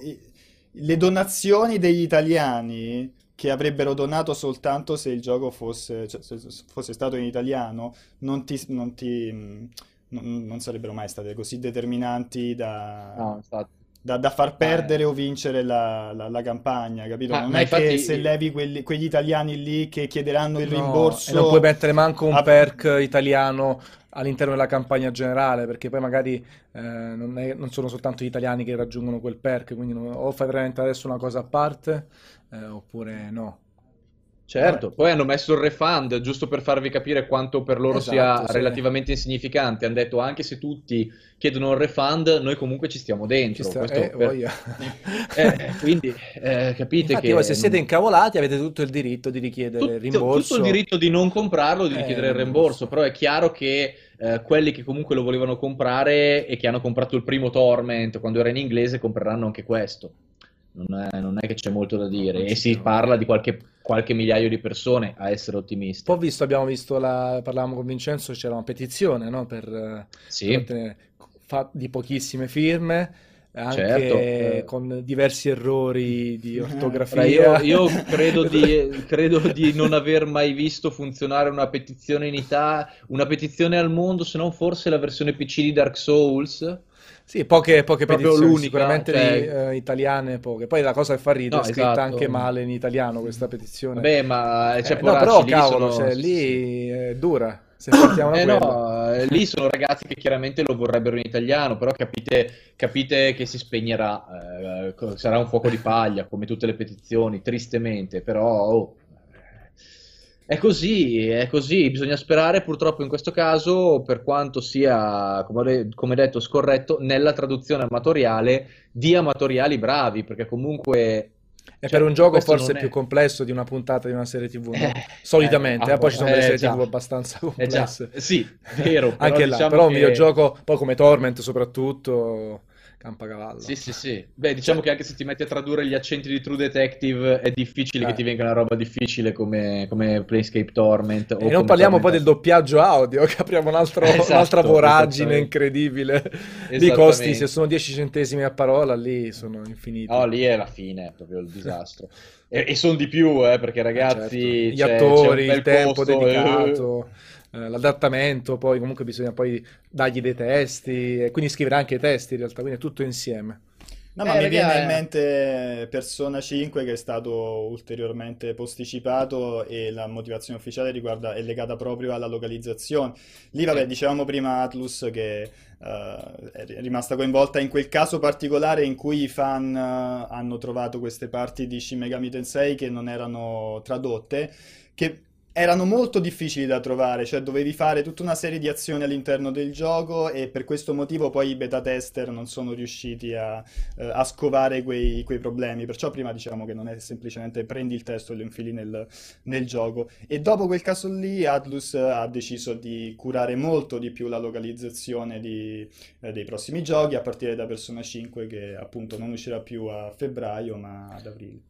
le donazioni degli italiani che avrebbero donato soltanto se il gioco fosse, cioè, se se fosse stato in italiano, non ti, non ti, mh, non, non sarebbero mai state così determinanti da, No, infatti. da, da far Ma, perdere o vincere la, la- la campagna, capito? ma- Non ma è che infatti, se levi quelli- quegli italiani lì che chiederanno il No, e non rimborso puoi mettere manco un a- perk italiano all'interno della campagna generale, perché poi magari eh, non, è- non sono soltanto gli italiani che raggiungono quel perk, quindi non- o fai veramente adesso una cosa a parte, eh, oppure no. Certo, Vabbè. poi hanno messo il refund, giusto per farvi capire quanto per loro sia Esatto, sì. relativamente insignificante. Hanno detto anche se tutti chiedono il refund, noi comunque ci stiamo Ci dentro. sta, Questo eh, per... voglia. Eh, quindi eh, capite Infatti voi se che siete non- incavolati avete tutto il diritto di richiedere il tutto, tutto il rimborso. diritto di non comprarlo, di Eh, richiedere il rimborso, rimborso. però è chiaro che eh, quelli che comunque lo volevano comprare e che hanno comprato il primo Torment quando era in inglese compreranno anche questo. Non è, non è che c'è molto da No, dire non e ci si credo. parla di qualche, qualche migliaio di persone a essere ottimisti. Poi ho visto, abbiamo visto la, parlavamo con Vincenzo, c'era una petizione, no, per, eh, per Sì, ottenere fa- di pochissime firme, certo. anche eh, con diversi errori di Ora, io, ortografia. io credo di, credo di non aver mai visto funzionare una petizione in Italia, una petizione al mondo, se non forse la versione P C di Dark Souls. Sì, poche, poche Proprio petizioni, l'unica, sicuramente di, cioè, eh, italiane poche. Poi la cosa che fa ridere no, è scritta anche esatto. male in italiano questa petizione. Vabbè, ma cioè, Eh, no, però poracci, lì cavolo, sono... cioè, Sì, sì, sì. lì è dura, se partiamo da Eh quello. no, eh, lì sono ragazzi che chiaramente lo vorrebbero in italiano, però capite, capite che si spegnerà, eh, co- sarà un fuoco di paglia, come tutte le petizioni, tristemente, però oh, è così, è così, bisogna sperare purtroppo in questo caso, per quanto sia, come ho de- come detto, scorretto, nella traduzione amatoriale di amatoriali bravi, perché comunque, E per cioè, un gioco questo forse non più è... complesso di una puntata di una serie T V, Eh, no? eh, Solitamente, ah, eh, poi ci sono delle eh, serie T V già, abbastanza eh già, complesse. sì, vero, però Anche là, diciamo però un che... videogioco, poi come Torment soprattutto, Sì, campacavallo. sì, sì. Beh, diciamo Cioè, che anche se ti metti a tradurre gli accenti di True Detective è difficile che eh. ti venga una roba difficile come, come Planescape Torment E o non come parliamo poi Torment. del doppiaggio audio, che apriamo un altro- un'altra Esatto, voragine esattamente. incredibile. Lì i costi, se Esattamente. sono dieci centesimi a parola, lì sono No, infiniti. lì è la fine, è proprio il disastro. E, e sono di più, eh, perché Eh, certo, ragazzi gli c'è c'è un attori, il bel tempo costo. eh. dedicato, eh, l'adattamento, poi comunque bisogna poi dargli dei testi, e quindi scrivere anche i testi in realtà, quindi è tutto insieme. No, ma Eh, mi viene in raga, mente Persona cinque che è stato ulteriormente posticipato e la motivazione ufficiale riguarda, è legata proprio alla localizzazione. Lì, vabbè, sì. dicevamo prima Atlus che eh, è rimasta coinvolta in quel caso particolare in cui i fan eh, hanno trovato queste parti di Shin Megami Tensei che non erano tradotte, che erano molto difficili da trovare, cioè dovevi fare tutta una serie di azioni all'interno del gioco e per questo motivo poi i beta tester non sono riusciti a, eh, a scovare quei, quei problemi. Perciò prima diciamo che non è semplicemente prendi il testo e lo infili nel, nel gioco. E dopo quel caso lì Atlus ha deciso di curare molto di più la localizzazione di, eh, dei prossimi giochi, a partire da Persona cinque che appunto non uscirà più a febbraio ma ad aprile.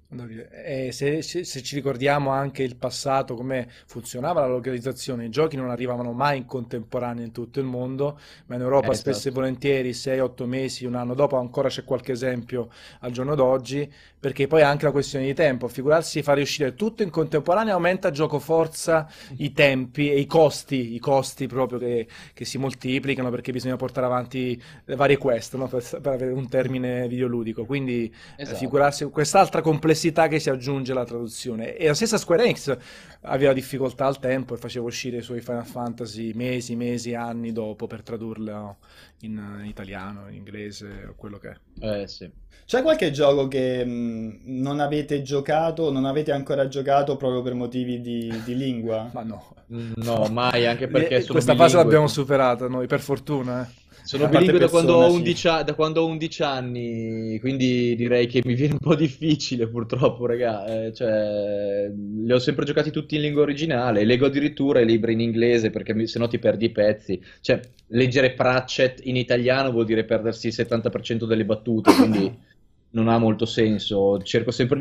E se, se- se ci ricordiamo anche il passato, come funzionava la localizzazione, i giochi non arrivavano mai in contemporanea in tutto il mondo, ma in Europa Eh, spesso e esatto. volentieri sei otto mesi, un anno dopo, ancora c'è qualche esempio al giorno d'oggi, perché poi è anche la questione di tempo, figurarsi fare uscire tutto in contemporanea aumenta gioco forza i tempi e i costi, i costi proprio che, che si moltiplicano perché bisogna portare avanti le varie quest, no? Per, per avere un termine videoludico, quindi eh, Esatto. figurarsi quest'altra complessità che si aggiunge alla traduzione. E la stessa Square Enix aveva difficoltà al tempo e faceva uscire i suoi Final Fantasy mesi, mesi, anni dopo per tradurla in, in italiano, in inglese o quello che è. Eh, sì. C'è qualche gioco che mh, non avete giocato, non avete ancora giocato proprio per motivi di, di lingua? Ma no, No, mai, anche perché Le- sono questa fase bilingue. l'abbiamo superata noi, per fortuna, eh. Sono A parte bilingue da quando Persona ho cinque. undici, a- da quando ho undici anni, quindi direi che mi viene un po' difficile purtroppo, raga. Eh, cioè, li ho sempre giocati tutti in lingua originale, leggo addirittura i libri in inglese perché mi- se no ti perdi i pezzi. Cioè, leggere Pratchett in italiano vuol dire perdersi il settanta per cento delle battute, quindi non ha molto senso. Cerco sempre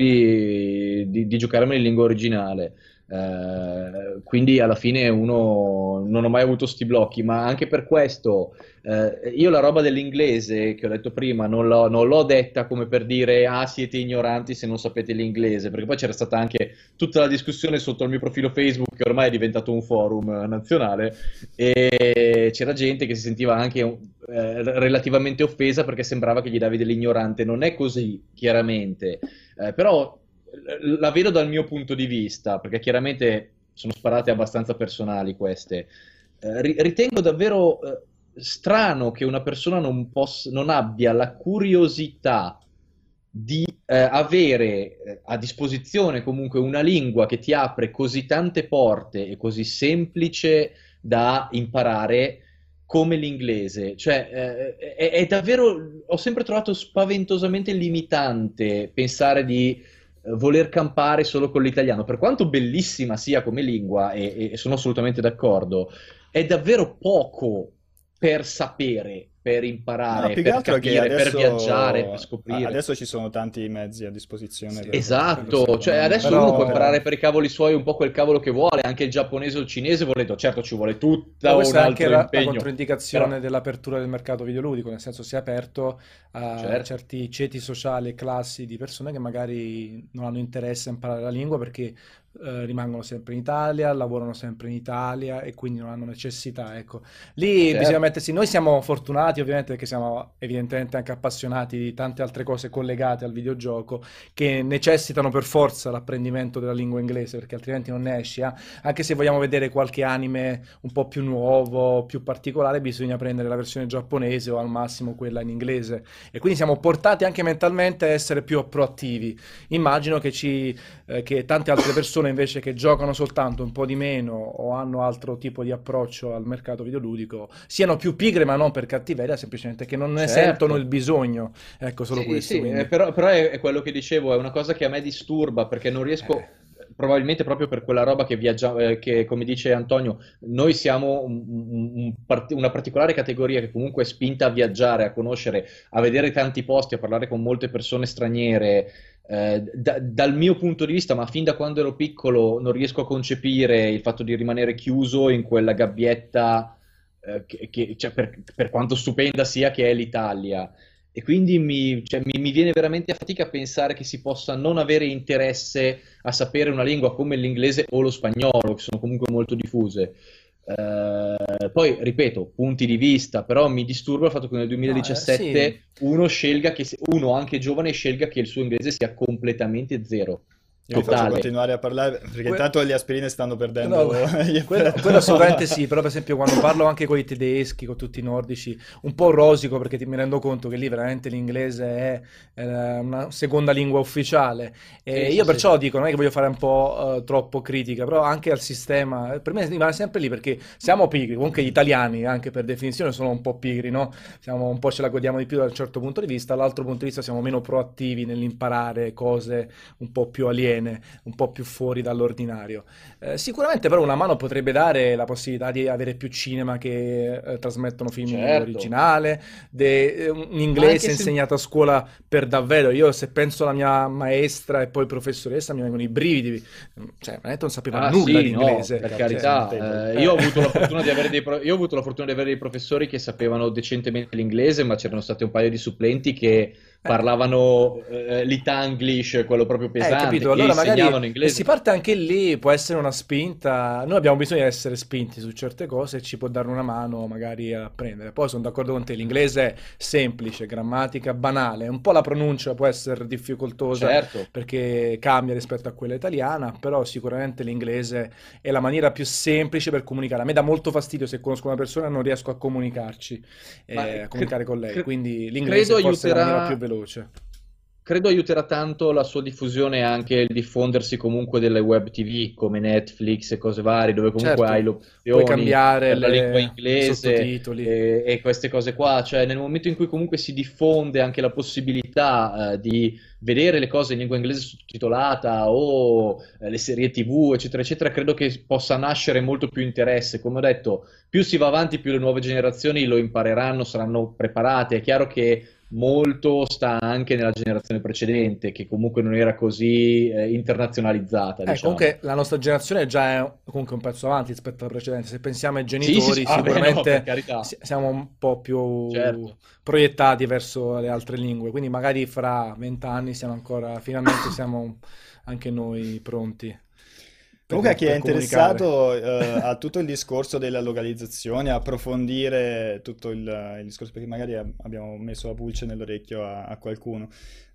di, di, di giocarmi in lingua originale. Eh, quindi alla fine uno non ho mai avuto sti blocchi, ma anche per questo eh, io la roba dell'inglese che ho detto prima non l'ho non l'ho detta come per dire ah siete ignoranti se non sapete l'inglese, perché poi c'era stata anche tutta la discussione sotto il mio profilo Facebook che ormai è diventato un forum eh, nazionale e c'era gente che si sentiva anche eh, relativamente offesa perché sembrava che gli davi dell'ignorante. Non è così, chiaramente. Eh, però l- la vedo dal mio punto di vista, perché chiaramente sono sparate abbastanza personali queste. Eh, ri- ritengo davvero eh, strano che una persona non possa, non abbia la curiosità di eh, avere eh, a disposizione comunque una lingua che ti apre così tante porte e così semplice da imparare come l'inglese. Cioè, eh, è, è davvero, ho sempre trovato spaventosamente limitante pensare di eh, voler campare solo con l'italiano, per quanto bellissima sia come lingua, e, e sono assolutamente d'accordo, è davvero poco per sapere, per No, imparare, più che per altro che capire, per viaggiare, per adesso, a- scoprire. adesso ci sono tanti mezzi a disposizione Sì, per, per quello sì. Esatto, cioè non, adesso non uno può Però, imparare imparare. per i cavoli suoi un po' quel cavolo che vuole, anche il giapponese o il cinese volendo, certo ci vuole però tutta un questa è anche altro la, la impegno, controindicazione però dell'apertura del mercato videoludico, nel senso si è aperto a certo, certi ceti sociali e classi di persone che magari non hanno interesse a imparare la lingua perché eh, rimangono sempre in Italia, lavorano sempre in Italia e quindi non hanno necessità, ecco. Lì bisogna certo, mettersi, noi siamo fortunati ovviamente perché siamo evidentemente anche appassionati di tante altre cose collegate al videogioco che necessitano per forza l'apprendimento della lingua inglese perché altrimenti non ne esci, eh. Anche se vogliamo vedere qualche anime un po' più nuovo, più particolare, bisogna prendere la versione giapponese o al massimo quella in inglese. E quindi siamo portati anche mentalmente a essere più proattivi. Immagino che, ci, eh, che tante altre persone invece che giocano soltanto un po' di meno o hanno altro tipo di approccio al mercato videoludico siano più pigre, ma non per cattiveria, semplicemente che non ne sentono il certo. bisogno. Ecco, solo Sì, questo, sì, eh, quindi. però, però è, è quello che dicevo, è una cosa che a me disturba perché non Eh, riesco, probabilmente proprio per quella roba che viaggia, eh, che come dice Antonio, noi siamo un- un- un part- una particolare categoria che comunque è spinta a viaggiare, a conoscere, a vedere tanti posti, a parlare con molte persone straniere. Eh, da- dal mio punto di vista, ma fin da quando ero piccolo, non riesco a concepire il fatto di rimanere chiuso in quella gabbietta, eh, che, che- cioè, per per quanto stupenda sia che è l'Italia. E quindi mi, cioè, mi- mi viene veramente a fatica a pensare che si possa non avere interesse a sapere una lingua come l'inglese o lo spagnolo, che sono comunque molto diffuse. Eh, poi, ripeto, punti di vista, però mi disturba il fatto che nel no, eh, sì. duemiladiciassette uno scelga che, uno anche giovane scelga che il suo inglese sia completamente zero, Io vi faccio totale. continuare a parlare perché Que- intanto le aspirine stanno No, perdendo gli quello, effetti. quello assolutamente sì, però per esempio quando parlo anche con i tedeschi, con tutti i nordici, un po' rosico perché ti- mi rendo conto che lì veramente l'inglese è, eh, una seconda lingua ufficiale e Sì, sì, io sì. perciò dico, non è che voglio fare un po' eh, troppo critica, però anche al sistema, eh, per me rimane sempre lì perché siamo pigri, comunque gli italiani anche per definizione sono un po' pigri, no? Siamo un po' ce la godiamo di più da un certo punto di vista, dall'altro punto di vista siamo meno proattivi nell'imparare cose un po' più aliene, un po' più fuori dall'ordinario. Eh, sicuramente però una mano potrebbe dare la possibilità di avere più cinema che eh, trasmettono film in lingua Certo, originale, de- eh, un ma anche inglese se... insegnato a scuola per davvero. Io se penso alla mia maestra e poi professoressa mi vengono i brividi, cioè veramente non sapeva Ah nulla di sì, no, inglese. per Cioè, Bellissimo carità, table. eh, io ho avuto la eh. fortuna di avere dei pro- io ho avuto la fortuna di avere dei professori che sapevano decentemente l'inglese, ma c'erano stati un paio di supplenti che Eh. parlavano eh, l'Itanglish, quello proprio Eh, pesante, capito? che Allora magari insegnavano e si inglese. parte anche lì, può essere una spinta. Noi abbiamo bisogno di essere spinti su certe cose e ci può dare una mano magari a apprendere. Poi sono d'accordo con te, l'inglese è semplice, grammatica banale, un po' la pronuncia può essere difficoltosa Certo, perché cambia rispetto a quella italiana, però sicuramente l'inglese è la maniera più semplice per comunicare. A me dà molto fastidio se conosco una persona e non riesco a comunicarci, ma eh, a cre- comunicare con lei, cre- quindi credo l'inglese forse è la maniera più aiuterà. veloce. Credo aiuterà tanto la sua diffusione anche il diffondersi comunque delle web T V come Netflix e cose varie, dove comunque hai le Certo, puoi opzioni cambiare per la lingua le- i inglese sottotitoli. e, e queste cose qua. Cioè, nel momento in cui comunque si diffonde anche la possibilità eh, di vedere le cose in lingua inglese sottotitolata o eh, le serie T V, eccetera, eccetera, credo che possa nascere molto più interesse. Come ho detto, più si va avanti, più le nuove generazioni lo impareranno, saranno preparate. È chiaro che molto sta anche nella generazione precedente, che comunque non era così eh, internazionalizzata, Eh, diciamo. comunque la nostra generazione già è comunque un pezzo avanti rispetto alla precedente. Se pensiamo ai Sì, sì, sì. genitori, Ah, beh, no, per sicuramente carità, si- siamo un po' più certo. proiettati verso le altre lingue. Quindi magari fra vent'anni siamo ancora, finalmente siamo anche noi pronti Comunque, a per, chi è per comunicare. interessato eh, a tutto il discorso della localizzazione, a approfondire tutto il, il discorso, perché magari ab- abbiamo messo la pulce nell'orecchio a, a qualcuno.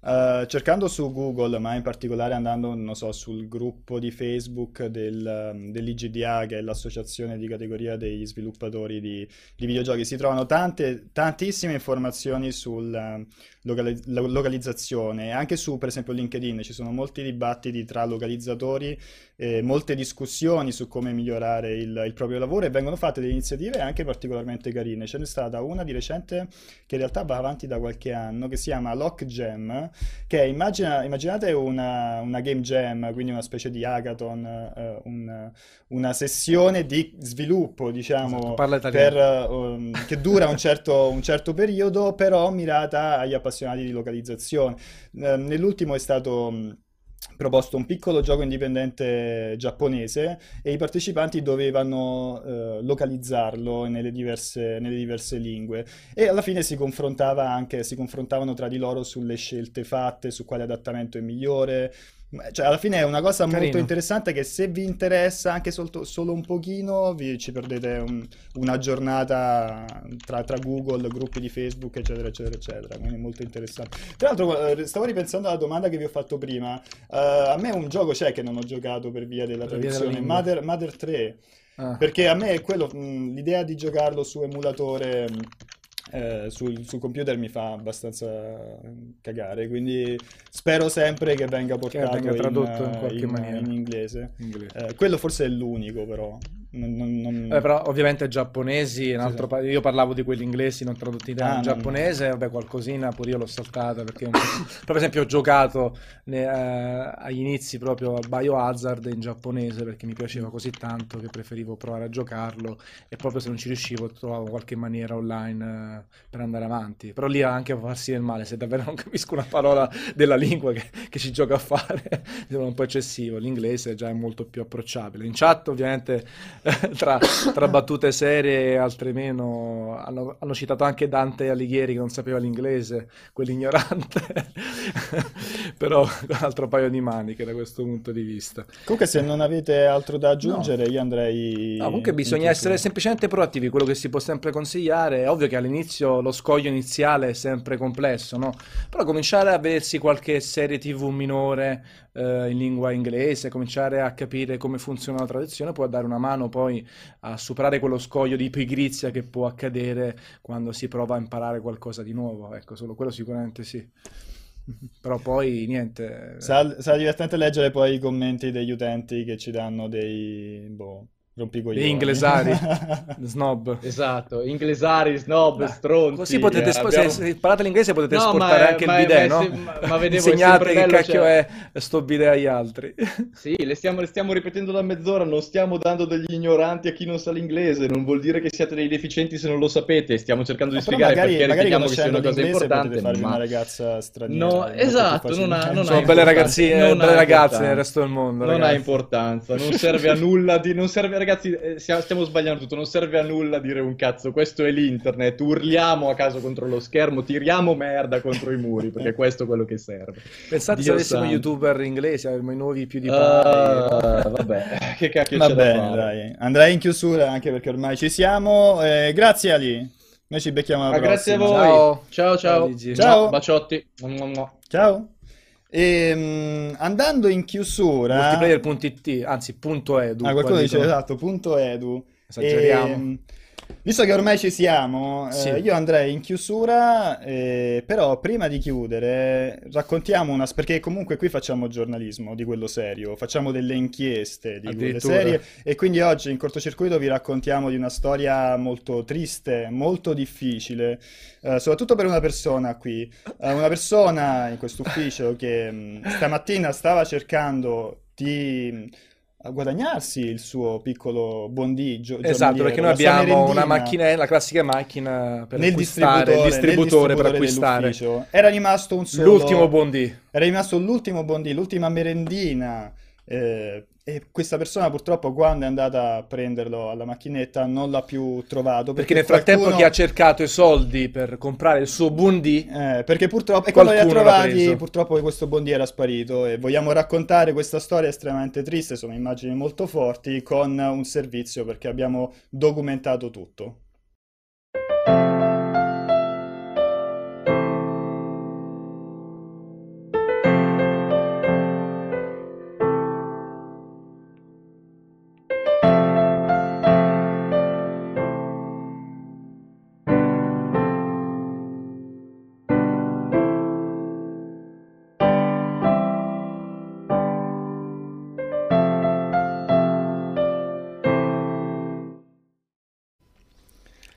eh, cercando su Google, ma in particolare andando, non so, sul gruppo di Facebook del, um, dell'I G D A, che è l'associazione di categoria degli sviluppatori di, di videogiochi, si trovano tante, tantissime informazioni sulla locali- la- localizzazione, anche su, per esempio, LinkedIn ci sono molti dibattiti tra localizzatori, eh, molte discussioni su come migliorare il, il proprio lavoro, e vengono fatte delle iniziative anche particolarmente carine. Ce n'è stata una di recente che in realtà va avanti da qualche anno, che si chiama Lock Jam, che è, immagina- immaginate una, una game jam, quindi una specie di hackathon, eh, un- una sessione di sviluppo, Esatto, diciamo, parla per, italiano. eh, um, che dura un certo, un certo periodo, però mirata agli appassionati di localizzazione. Eh, nell'ultimo è stato mh, proposto un piccolo gioco indipendente giapponese, e i partecipanti dovevano eh, localizzarlo nelle diverse, nelle diverse lingue, e alla fine si confrontava anche, si confrontavano tra di loro sulle scelte fatte, su quale adattamento è migliore. Ma- Cioè, alla fine è una cosa molto Carino. interessante, che se vi interessa anche solto- solo un pochino, vi, ci perdete un- una giornata tra, tra Google, gruppi di Facebook, eccetera, eccetera, eccetera. Quindi è molto interessante. Tra l'altro, eh, stavo ripensando alla domanda che vi ho fatto prima. Eh, a me un gioco c'è che non ho giocato per via della Per via della traduzione, lingua. Mother, Mother tre. Ah, Perché a me è quello, mh, l'idea di giocarlo su emulatore, mh, eh, sul, sul computer mi fa abbastanza cagare, quindi spero sempre che venga che portato venga in, tradotto in eh, qualche in- in maniera. inglese. Inglese. Eh, quello forse è l'unico, però. Non, non- Eh, non- però ovviamente giapponesi, un Sì, sì. altro pa- io parlavo di quelli inglesi non tradotti in italiano, Ah, in no, no. giapponese, vabbè qualcosina pure io l'ho saltata perché un po'... Però, per esempio ho giocato ne- eh, agli inizi proprio a Biohazard in giapponese perché mi piaceva così tanto che preferivo provare a giocarlo, e proprio se non ci riuscivo trovavo qualche maniera online eh, per andare avanti. Però lì anche a farsi del male, se davvero non capisco una parola della lingua che, che ci gioca a fare, mi sembra un po' eccessivo. L'inglese già è molto più approcciabile. In chat ovviamente tra, tra battute serie e altre meno hanno, hanno citato anche Dante Alighieri che non sapeva l'inglese, quell'ignorante, però un altro paio di maniche da questo punto di vista. Comunque, se non avete altro da No. aggiungere, io No, andrei comunque in bisogna essere chiusura. semplicemente proattivi, quello che si può sempre consigliare. È ovvio che all'inizio lo scoglio iniziale è sempre complesso, no? Però cominciare a vedersi qualche serie T V minore eh, in lingua inglese, cominciare a capire come funziona la traduzione, può dare una mano poi a superare quello scoglio di pigrizia che può accadere quando si prova a imparare qualcosa di nuovo. Ecco, solo quello sicuramente sì. Però poi niente. Sarà, sarà divertente leggere poi i commenti degli utenti che ci danno dei, boh, Degli rompicoglioni. inglesari, snob. Esatto, inglesari, snob, Beh, così stronzi. potete, eh, espo- se, abbiamo... se imparate l'inglese potete No, esportare ma, è- anche il ma, è- ma bidet, è no? se- ma- ma vedevo, è Insegnate sempre che bello, cacchio cioè... è sto bidet agli altri. Sì, le stiamo, le stiamo ripetendo da mezz'ora, non stiamo dando degli ignoranti a chi non sa l'inglese, non vuol dire che siate dei deficienti se non lo sapete, stiamo cercando di No, però spiegare magari, perché magari riteniamo che sia conoscendo una cosa l'inglese potete importante, farvi una ma... ragazza straniera No, molto più esatto, non ha, non ha Sono facilmente. belle importanza, ragazze, non belle ha ragazze nel importanza, resto del mondo, non ha ragazzi. importanza, non serve a nulla di, non serve ragazzi, eh, stiamo, stiamo sbagliando tutto, non serve a nulla dire un cazzo, questo è l'internet, urliamo a caso contro lo schermo, tiriamo merda contro i muri, perché questo è quello che serve. Pensate se Dio avessimo santo. youtuber inglesi, avremmo i nuovi PewDiePie, no? Ah, vabbè, che cacchio Va c'è da bene, fare? dai. Andrei in chiusura anche perché ormai ci siamo. Eh, grazie Ali. Noi ci becchiamo alla Ah, grazie a prossima. voi. Ciao. Ciao, Ciao, ciao. Luigi. Ciao. Baciotti. Mua, mua. Ciao. Ehm, andando in chiusura, Multiplayer.it, anzi punto edu, ah, qua qualcuno dice dicono. esatto, punto edu. Esageriamo. Ehm, visto che ormai ci siamo, eh, Sì. io andrei in chiusura, eh, però prima di chiudere raccontiamo una, perché comunque qui facciamo giornalismo di quello serio, facciamo delle inchieste di quelle Addirittura. serie, e quindi oggi in cortocircuito vi raccontiamo di una storia molto triste, molto difficile, eh, soprattutto per una persona qui, Eh, una persona in questo ufficio che mh, stamattina stava cercando di mh, guadagnarsi il suo piccolo bondì gio- Esatto, perché noi giornaliero, la sua abbiamo una merendina macchinetta, la classica macchina per nel acquistare, il distributore, nel distributore per distributore acquistare dell'ufficio. Era rimasto un solo, l'ultimo Bondi. era rimasto l'ultimo bondì, l'ultima merendina. eh, e questa persona purtroppo, quando è andata a prenderlo alla macchinetta, non l'ha più trovato Perché perché nel frattempo qualcuno, che ha cercato i soldi per comprare il suo Bondi, eh, perché purtroppo, e quando li ha qualcuno l'ha trovati, preso. purtroppo questo bondì era sparito. E vogliamo raccontare questa storia estremamente triste, sono immagini molto forti, con un servizio, perché abbiamo documentato tutto.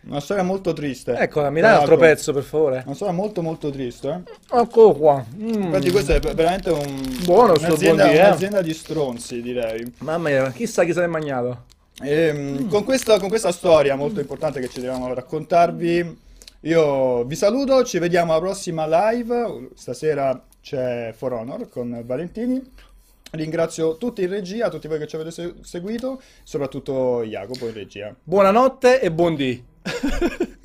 Una storia molto triste. Ecco, mi Tra dai un altro l'altro, pezzo per favore? Una storia molto molto triste. Eh? Eccolo qua. Mm. Infatti questo è veramente un, Buono sto un'azienda, buon dì, eh. un'azienda di stronzi, direi. Mamma mia, chissà chi se l'è mangiato. E, mm. con, questa, con questa storia molto importante che ci dobbiamo raccontarvi, io vi saluto, ci vediamo alla prossima live. Stasera c'è For Honor con Valentini. Ringrazio tutti in regia, tutti voi che ci avete se- seguito, soprattutto Jacopo in regia. Buonanotte e buon dì.